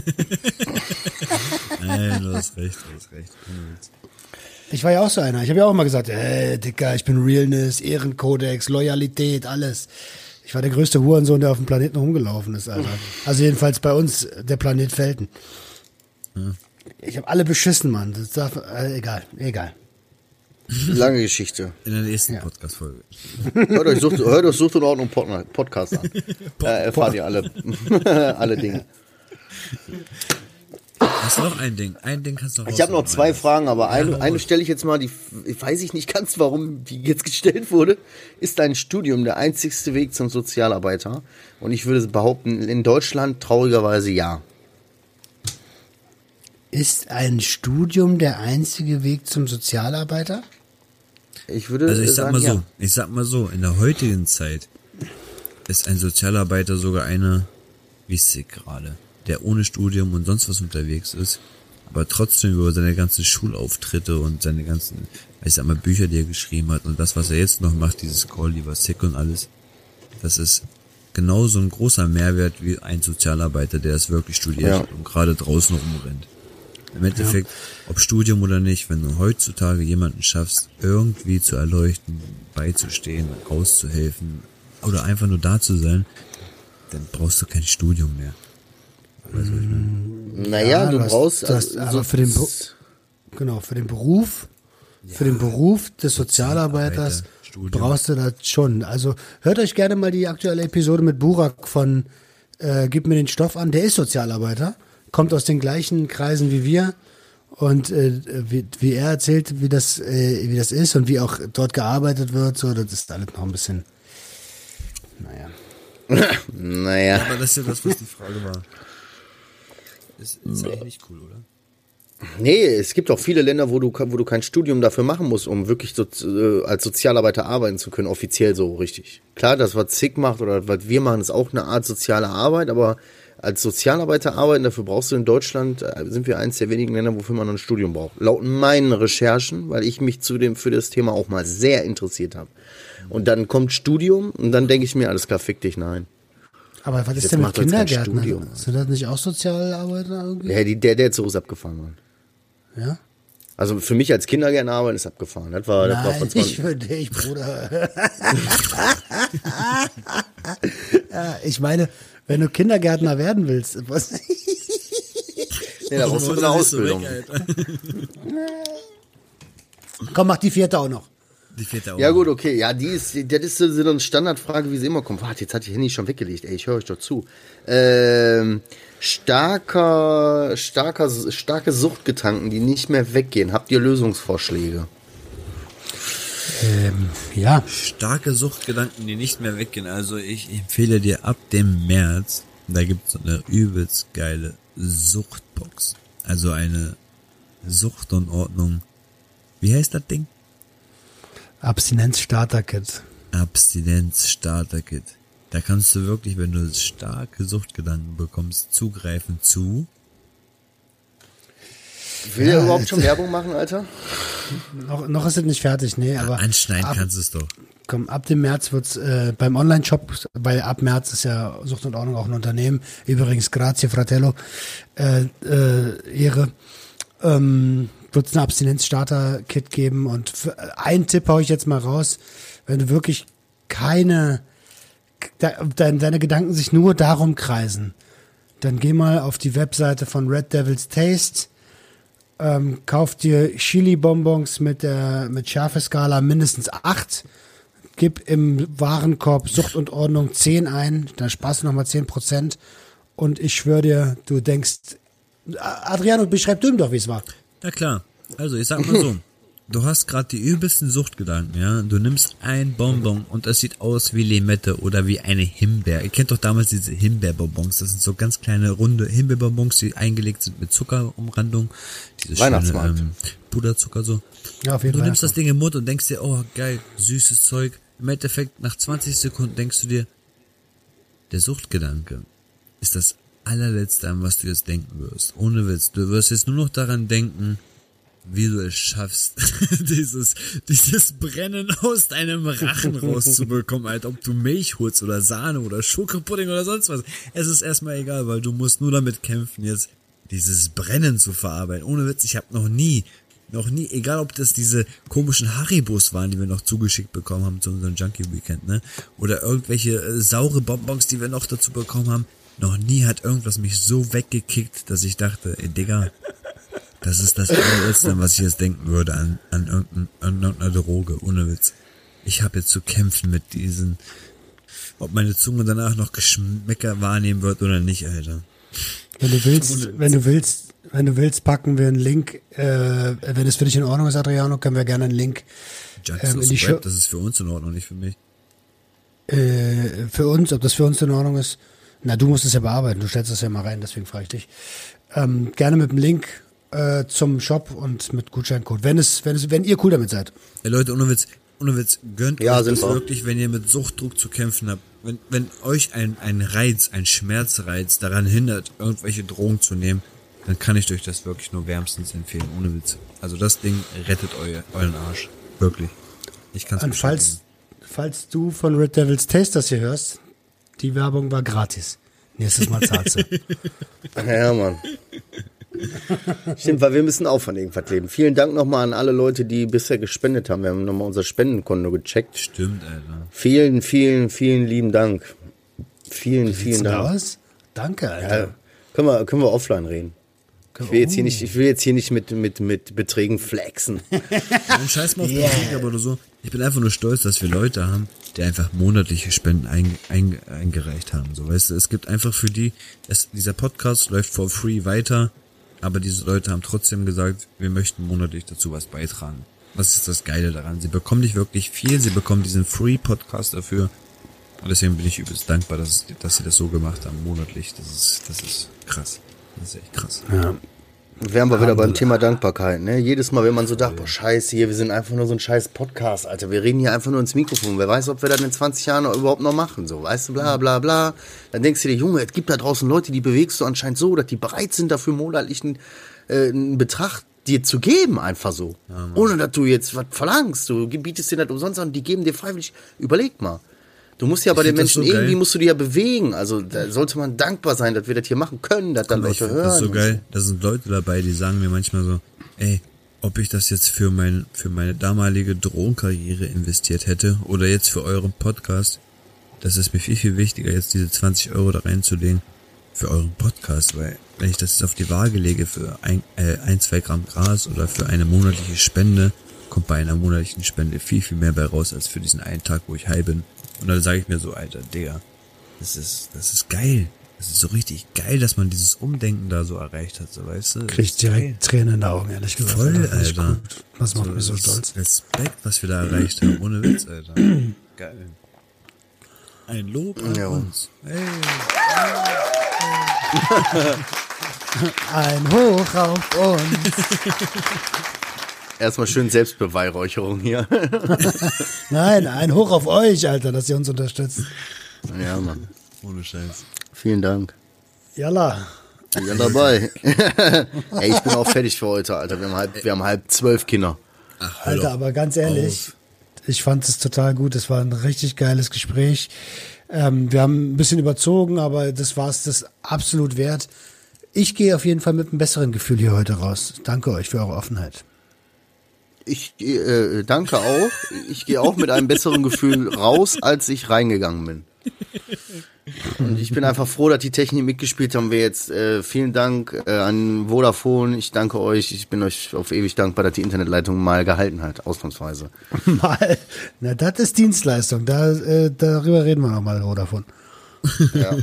Nein, du hast recht, du hast recht. Ich war ja auch so einer. Ich habe ja auch immer gesagt, ey, Dicker, ich bin Realness, Ehrenkodex, Loyalität, alles. Ich war der größte Hurensohn, der auf dem Planeten rumgelaufen ist, Alter. Also jedenfalls bei uns, der Planet Felten. Ja. Ich habe alle beschissen, Mann. Das darf, äh, egal, egal. Lange Geschichte. In der nächsten ja. Podcast-Folge. Hört euch Sucht, hört euch Sucht und Ordnung Podcast an. Da äh, erfahrt ihr alle, alle Dinge. Hast du noch ein Ding? Ein Ding kannst du noch Ich habe noch zwei rein. Fragen, aber eine, ja, eine stelle ich jetzt mal, die weiß ich nicht ganz, warum die jetzt gestellt wurde. Ist dein Studium der einzigste Weg zum Sozialarbeiter? Und ich würde behaupten, in Deutschland traurigerweise ja. Ist ein Studium der einzige Weg zum Sozialarbeiter? Ich würde also ich sag sagen, mal so, ja. ich sag mal so, in der heutigen Zeit ist ein Sozialarbeiter sogar einer, wie ich sehe gerade, der ohne Studium und sonst was unterwegs ist, aber trotzdem über seine ganzen Schulauftritte und seine ganzen, ich sag mal, Bücher, die er geschrieben hat und das, was er jetzt noch macht, dieses Call, lieber Sick und alles, das ist genauso ein großer Mehrwert wie ein Sozialarbeiter, der es wirklich studiert Ja. und gerade draußen rumrennt. Im Endeffekt, ja. ob Studium oder nicht, wenn du heutzutage jemanden schaffst, irgendwie zu erleuchten, beizustehen, auszuhelfen oder einfach nur da zu sein, dann brauchst du kein Studium mehr. Weißt du, was ich meine? Naja, Ja, du du hast- brauchst... du hast- also aber für den Be- Genau, für den Beruf, für den Beruf des Sozialarbeiters Sozialarbeiter, Studium. brauchst du das schon. Also hört euch gerne mal die aktuelle Episode mit Burak von äh, Gib mir den Stoff an. Der ist Sozialarbeiter, kommt aus den gleichen Kreisen wie wir und äh, wie, wie er erzählt, wie das äh, wie das ist und wie auch dort gearbeitet wird. So, das ist alles noch ein bisschen. Naja. Naja. Aber das ist ja das, was die Frage war. Ist, ist eigentlich nicht cool, oder? Nee, es gibt auch viele Länder, wo du, wo du kein Studium dafür machen musst, um wirklich so, äh, als Sozialarbeiter arbeiten zu können, offiziell so richtig. Klar, das, was Z I G macht oder was wir machen, ist auch eine Art soziale Arbeit, aber als Sozialarbeiter arbeiten, dafür brauchst du in Deutschland, äh, sind wir eins der wenigen Länder, wofür man ein Studium braucht. Laut meinen Recherchen, weil ich mich zu dem, für das Thema auch mal sehr interessiert habe. Und dann kommt Studium und dann denke ich mir, alles klar, fick dich, nein. Aber was ist Jetzt denn mit macht er jetzt kein Kindergärtnern? Studium. Sind das nicht auch Sozialarbeiter irgendwie? Ja, die, der, der Zug ist abgefahren, Mann. Ja? Also für mich als Kindergärtner arbeiten ist abgefahren. Das war, das war Nein, von nicht zwanzig. für dich, Bruder. Ja, ich meine, wenn du Kindergärtner werden willst, was? Nee, da brauchst du eine Ausbildung. Komm, mach die vierte auch noch. Die vierte auch. Ja gut, okay. Ja, die ist, das ist so eine Standardfrage, wie sie immer kommt. Warte, jetzt hat die Handy schon weggelegt. Ey, ich höre euch doch zu. Ähm, starker, starker, starke Suchtgedanken, die nicht mehr weggehen. Habt ihr Lösungsvorschläge? Ähm, ja. Starke Suchtgedanken, die nicht mehr weggehen. Also ich empfehle dir ab dem März, da gibt's so eine übelst geile Suchtbox. Also eine Sucht und Ordnung. Wie heißt das Ding? Abstinenz-Starter-Kit. Abstinenz-Starter-Kit. Da kannst du wirklich, wenn du starke Suchtgedanken bekommst, zugreifen zu. Will Ja, ihr überhaupt jetzt- schon Werbung machen, Alter? Noch, noch ist es nicht fertig, nee, aber Anschneiden ab, kannst du es doch. komm, ab dem März wird's äh, beim Online-Shop, weil ab März ist ja Sucht und Ordnung auch ein Unternehmen. Übrigens, grazie, Fratello, äh, äh, Ehre. Ähm, wird es ein Abstinenz-Starter-Kit geben und für, einen Tipp hau ich jetzt mal raus, wenn du wirklich keine, de, de, deine Gedanken sich nur darum kreisen, dann geh mal auf die Webseite von Red Devil's Taste, ähm, kauf dir Chili-Bonbons mit der mit Schärfeskala mindestens acht, gib im Warenkorb Sucht und Ordnung zehn ein, dann sparst du nochmal zehn Prozent und ich schwöre dir, du denkst, Adriano, beschreib du ihm doch, wie es war. Na klar. Also ich sag mal so. Du hast gerade die übelsten Suchtgedanken, ja. Du nimmst ein Bonbon und es sieht aus wie Limette oder wie eine Himbeer. Ihr kennt doch damals diese Himbeerbonbons. Das sind so ganz kleine, runde Himbeerbonbons, die eingelegt sind mit Zuckerumrandung. Diese Weihnachtsmarkt. schöne, ähm, Puderzucker so. Ja, auf jeden Du Fall. nimmst das Ding im Mund und denkst dir, oh geil, süßes Zeug. Im Endeffekt, nach zwanzig Sekunden denkst du dir, der Suchtgedanke ist das allerletzte, an was du jetzt denken wirst. Ohne Witz. Du wirst jetzt nur noch daran denken, wie du es schaffst, dieses, dieses Brennen aus deinem Rachen rauszubekommen, halt, ob du Milch holst oder Sahne oder Schokopudding oder sonst was. Es ist erstmal egal, weil du musst nur damit kämpfen, jetzt dieses Brennen zu verarbeiten. Ohne Witz, ich habe noch nie, noch nie, egal ob das diese komischen Haribos waren, die wir noch zugeschickt bekommen haben zu unserem Junkie Weekend, ne, oder irgendwelche äh, saure Bonbons, die wir noch dazu bekommen haben, noch nie hat irgendwas mich so weggekickt, dass ich dachte, ey Digga, das ist das allerletzte, was ich jetzt denken würde an, an, irgendein, an irgendeiner Droge, ohne Witz. Ich habe jetzt zu kämpfen mit diesen, ob meine Zunge danach noch Geschmäcker wahrnehmen wird oder nicht, Alter. Wenn du willst, wenn du willst, wenn du willst, packen wir einen Link, äh, wenn es für dich in Ordnung ist, Adriano, können wir gerne einen Link Junkies ähm, aus in die dem Show, Rap, das ist für uns in Ordnung, nicht für mich. äh, für uns, ob das für uns in Ordnung ist. Na, du musst es ja bearbeiten, du stellst das ja mal rein, deswegen frage ich dich. Ähm, gerne mit dem Link äh, zum Shop und mit Gutscheincode, wenn es, wenn es, wenn ihr cool damit seid. Ey Leute, ohne Witz, ohne Witz, gönnt Ja, euch sind das wir. wirklich, wenn ihr mit Suchtdruck zu kämpfen habt. Wenn, wenn euch ein, ein Reiz, ein Schmerzreiz daran hindert, irgendwelche Drogen zu nehmen, dann kann ich euch das wirklich nur wärmstens empfehlen, ohne Witz. Also das Ding rettet euer, euren Arsch. Wirklich. Ich kann's Und falls, falls du von Red Devil's Taste das hier hörst, die Werbung war gratis. Nächstes Mal zahlst du. Ja, Mann. Stimmt, weil wir müssen auch von irgendwas leben. Vielen Dank nochmal an alle Leute, die bisher gespendet haben. Wir haben nochmal unser Spendenkonto gecheckt. Stimmt, Alter. Vielen, vielen, vielen lieben Dank. Vielen, vielen Dank. Aus? Danke, Alter. Ja, können wir, können wir offline reden. Ich will jetzt hier nicht, ich will jetzt hier nicht mit, mit, mit Beträgen flexen. Ein Scheiß mal auf yeah. Beträge, aber oder so. Ich bin einfach nur stolz, dass wir Leute haben, die einfach monatliche Spenden ein, ein, eingereicht haben. So, weißt du, es gibt einfach für die, es, dieser Podcast läuft for free weiter, aber diese Leute haben trotzdem gesagt, wir möchten monatlich dazu was beitragen. Das ist das Geile daran. Sie bekommen nicht wirklich viel, sie bekommen diesen Free-Podcast dafür. Und deswegen bin ich übelst dankbar, dass, dass sie das so gemacht haben, monatlich. Das ist, das ist krass. Das ist echt krass. Ja. Wären wir wieder beim Thema Dankbarkeit, ne? Jedes Mal, wenn man so dachte, boah, scheiße, hier, wir sind einfach nur so ein scheiß Podcast, Alter. Wir reden hier einfach nur ins Mikrofon. Wer weiß, ob wir das in zwanzig Jahren noch, überhaupt noch machen, so, weißt du, bla, bla, bla. Dann denkst du dir, Junge, es gibt da draußen Leute, die bewegst du anscheinend so, dass die bereit sind, dafür monatlichen äh, einen Betrag dir zu geben, einfach so. Ja, ohne, dass du jetzt was verlangst. Du bietest dir das umsonst an, die geben dir freiwillig. Überleg mal. Du musst ja bei den Menschen, so irgendwie musst du die ja bewegen. Also da sollte man dankbar sein, dass wir das hier machen können, dass da Leute hören. Das ist so geil. Da sind Leute dabei, die sagen mir manchmal so, ey, ob ich das jetzt für mein, für meine damalige Drogenkarriere investiert hätte oder jetzt für euren Podcast, das ist mir viel, viel wichtiger, jetzt diese zwanzig Euro da reinzulegen für euren Podcast, weil wenn ich das jetzt auf die Waage lege für ein, äh, ein, zwei Gramm Gras oder für eine monatliche Spende, kommt bei einer monatlichen Spende viel, viel mehr bei raus, als für diesen einen Tag, wo ich high bin. Und dann sage ich mir so, Alter, Digga, das ist, das ist geil. Das ist so richtig geil, dass man dieses Umdenken da so erreicht hat, so, weißt du? Kriegst direkt geil. Tränen in den Augen, ehrlich gesagt. Voll, Alter. Gut. Das macht so, mich so stolz. Respekt, was wir da erreicht haben, ohne Witz, Alter. Geil. Ein Lob an ja. uns. Hey. Ein Hoch auf uns. Erstmal schön Selbstbeweihräucherung hier. Nein, ein Hoch auf euch, Alter, dass ihr uns unterstützt. Ja, Mann. Ohne Scheiß. Vielen Dank. Jalla. Ja, dabei. Ey, ich bin auch fertig für heute, Alter. Wir haben halb, wir haben halb zwölf Kinder. Ach, Alter, aber ganz ehrlich, auf. Ich fand es total gut. Es war ein richtig geiles Gespräch. Ähm, wir haben ein bisschen überzogen, aber das war es das absolut wert. Ich gehe auf jeden Fall mit einem besseren Gefühl hier heute raus. Danke euch für eure Offenheit. Ich äh, danke auch. Ich gehe auch mit einem besseren Gefühl raus, als ich reingegangen bin. Und ich bin einfach froh, dass die Technik mitgespielt haben. Wir jetzt äh, vielen Dank äh, an Vodafone. Ich danke euch. Ich bin euch auf ewig dankbar, dass die Internetleitung mal gehalten hat, ausnahmsweise. Mal. Na, das ist Dienstleistung. Da äh, darüber reden wir nochmal, Vodafone. Ja.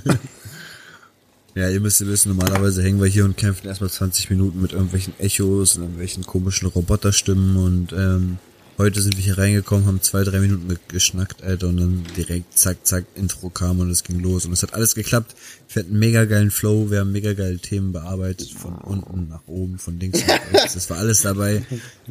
Ja, ihr müsst wissen, normalerweise hängen wir hier und kämpfen erstmal zwanzig Minuten mit irgendwelchen Echos und irgendwelchen komischen Roboterstimmen und ähm, heute sind wir hier reingekommen, haben zwei, drei Minuten geschnackt, Alter, und dann direkt zack, zack, Intro kam und es ging los und es hat alles geklappt. Wir hatten einen mega geilen Flow, wir haben mega geile Themen bearbeitet, von unten nach oben, von links nach rechts, das war alles dabei.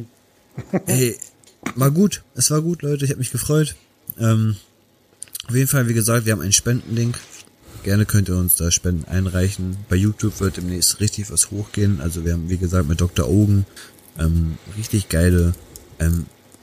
Hey, war gut, es war gut, Leute, ich habe mich gefreut. Ähm, auf jeden Fall, wie gesagt, wir haben einen Spendenlink. Gerne könnt ihr uns da Spenden einreichen. Bei YouTube wird demnächst richtig was hochgehen. Also wir haben, wie gesagt, mit Doktor Ogen ähm, richtig geile ähm,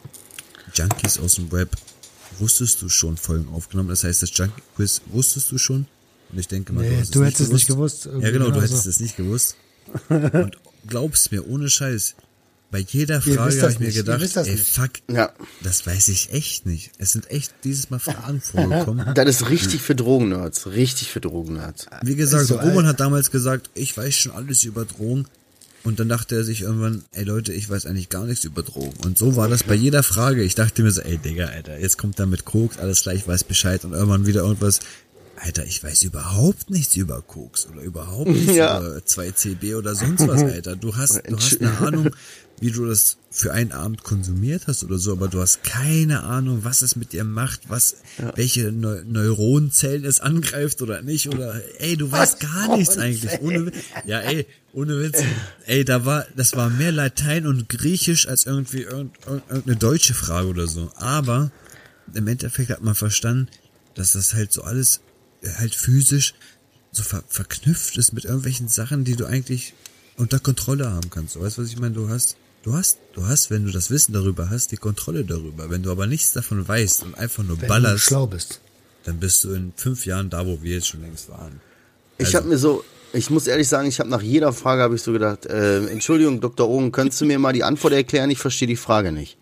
Junkies aus dem Web. Wusstest du schon Folgen aufgenommen? Das heißt, das Junkie Quiz wusstest du schon? Und ich denke mal, nee, du, hast du es hättest es nicht gewusst. Ja, genau, du hättest es nicht gewusst. Und glaubst mir, ohne Scheiß, bei jeder Frage habe ich mir gedacht, ey, nicht. fuck, ja. Das weiß ich echt nicht. Es sind echt dieses Mal Fragen vorgekommen. Das ist richtig für Drogennerds, richtig für Drogennerds. Wie gesagt, so Roman hat damals gesagt, ich weiß schon alles über Drogen. Und dann dachte er sich irgendwann, ey Leute, ich weiß eigentlich gar nichts über Drogen. Und so war das bei jeder Frage. Ich dachte mir so, ey Digga, Alter, jetzt kommt er mit Koks, alles klar, ich weiß Bescheid. Und irgendwann wieder irgendwas, Alter, ich weiß überhaupt nichts über Koks oder überhaupt nichts ja. über zwei C B oder sonst was, Alter. Du hast, du hast eine Ahnung, wie du das für einen Abend konsumiert hast oder so, aber du hast keine Ahnung, was es mit dir macht, was, ja. welche Neu- Neuronenzellen es angreift oder nicht, oder, ey, du weißt gar nichts eigentlich, ohne, ja, ey, ohne Witz, ey, da war, das war mehr Latein und Griechisch als irgendwie irgend, irgendeine deutsche Frage oder so, aber im Endeffekt hat man verstanden, dass das halt so alles, halt physisch so ver- verknüpft ist mit irgendwelchen Sachen, die du eigentlich unter Kontrolle haben kannst. Du weißt, was ich meine? Du hast, du hast, du hast, wenn du das Wissen darüber hast, die Kontrolle darüber. Wenn du aber nichts davon weißt und einfach nur wenn ballerst, du schlau bist, dann bist du in fünf Jahren da, wo wir jetzt schon längst waren. Also, ich habe mir so, ich muss ehrlich sagen, ich habe nach jeder Frage habe ich so gedacht, äh, Entschuldigung, Doktor Ogen, könntest du mir mal die Antwort erklären? Ich verstehe die Frage nicht.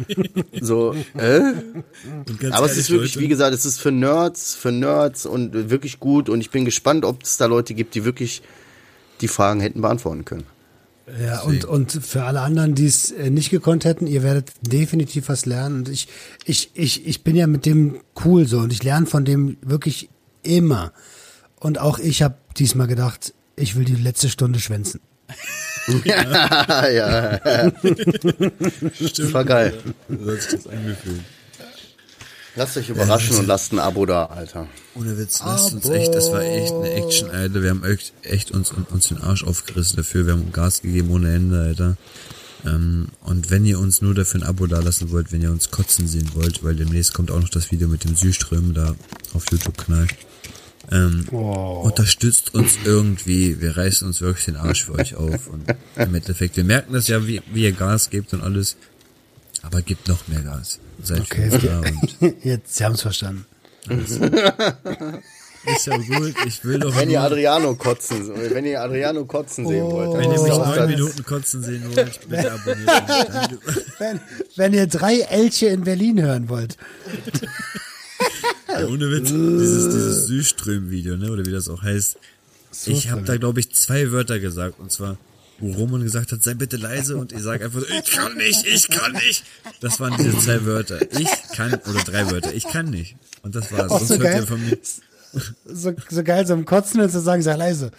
So, äh? Aber es ist wirklich, Leute, wie gesagt, es ist für Nerds, für Nerds und wirklich gut und ich bin gespannt, ob es da Leute gibt, die wirklich die Fragen hätten beantworten können. Ja, und, und für alle anderen, die es nicht gekonnt hätten, ihr werdet definitiv was lernen. Und ich, ich, ich, ich bin ja mit dem cool so und ich lerne von dem wirklich immer. Und auch ich habe diesmal gedacht, ich will die letzte Stunde schwänzen. ja, ja. Stimmt. Das war geil. So hat sich das angefühlt. Lasst euch überraschen ja, und lasst ein Abo da, Alter. Ohne Witz, lasst uns echt, das war echt eine Action, Alter. Wir haben echt, echt uns, uns den Arsch aufgerissen dafür. Wir haben Gas gegeben ohne Ende, Alter. Ähm, und wenn ihr uns nur dafür ein Abo da lassen wollt, wenn ihr uns kotzen sehen wollt, weil demnächst kommt auch noch das Video mit dem Süßströmen da auf YouTube-Kanal. Ähm, oh. Unterstützt uns irgendwie. Wir reißen uns wirklich den Arsch für euch auf. Und im Endeffekt, wir merken das ja, wie, wie ihr Gas gebt und alles. Aber gebt noch mehr Gas. Seid okay, da und jetzt, Sie haben es verstanden. Ist ja gut, ich will doch. Wenn ihr Adriano kotzen, wenn ihr Adriano kotzen sehen oh, wollt. Wenn ihr mich neun Minuten kotzen sehen wollt, bitte abonniert. wenn, wenn ihr drei Elche in Berlin hören wollt. Ja, ohne Witz, dieses, dieses Süßström-Video, ne, oder wie das auch heißt. So ich habe da, glaube ich, zwei Wörter gesagt, und zwar, wo Roman gesagt hat, sei bitte leise, und ich sage einfach so, ich kann nicht, ich kann nicht. Das waren diese zwei Wörter. Ich kann, oder drei Wörter, ich kann nicht. Und das war's. Sonst so hört geil. ihr von mir. So, so geil, so im Kotzen und zu sagen, sei leise.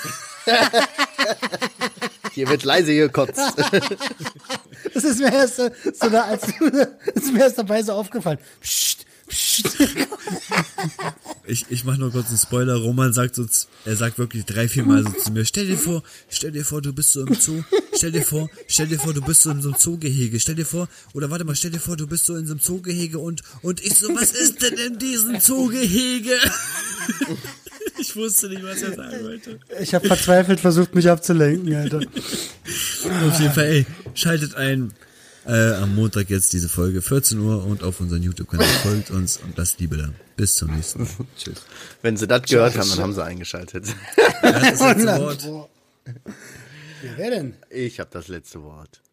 Hier wird leise gekotzt. Das ist mir erst so, so da, als das ist mir erst dabei so aufgefallen. Psst, psst. Ich, ich mach nur kurz einen Spoiler. Roman sagt so, er sagt wirklich drei, vier Mal so zu mir, stell dir vor, stell dir vor, du bist so im Zoo, stell dir vor, stell dir vor, du bist so in so einem Zoogehege, stell dir vor, oder warte mal, stell dir vor, du bist so in so einem Zoogehege und, und ich so, was ist denn in diesem Zoogehege? Ich wusste nicht, was er sagen wollte. Ich habe verzweifelt versucht, mich abzulenken, Alter. Auf jeden Fall, ey, schaltet ein. Äh, am Montag jetzt diese Folge, vierzehn Uhr, und auf unseren YouTube-Kanal folgt uns und lasst Liebe da. Bis zum nächsten Mal. Tschüss. Wenn sie das gehört haben, dann haben sie eingeschaltet. Wer hat das letzte Wort? Ja, wer denn? Ich habe das letzte Wort.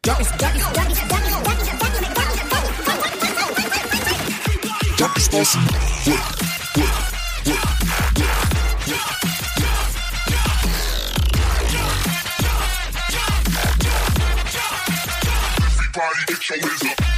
Everybody get your hands up.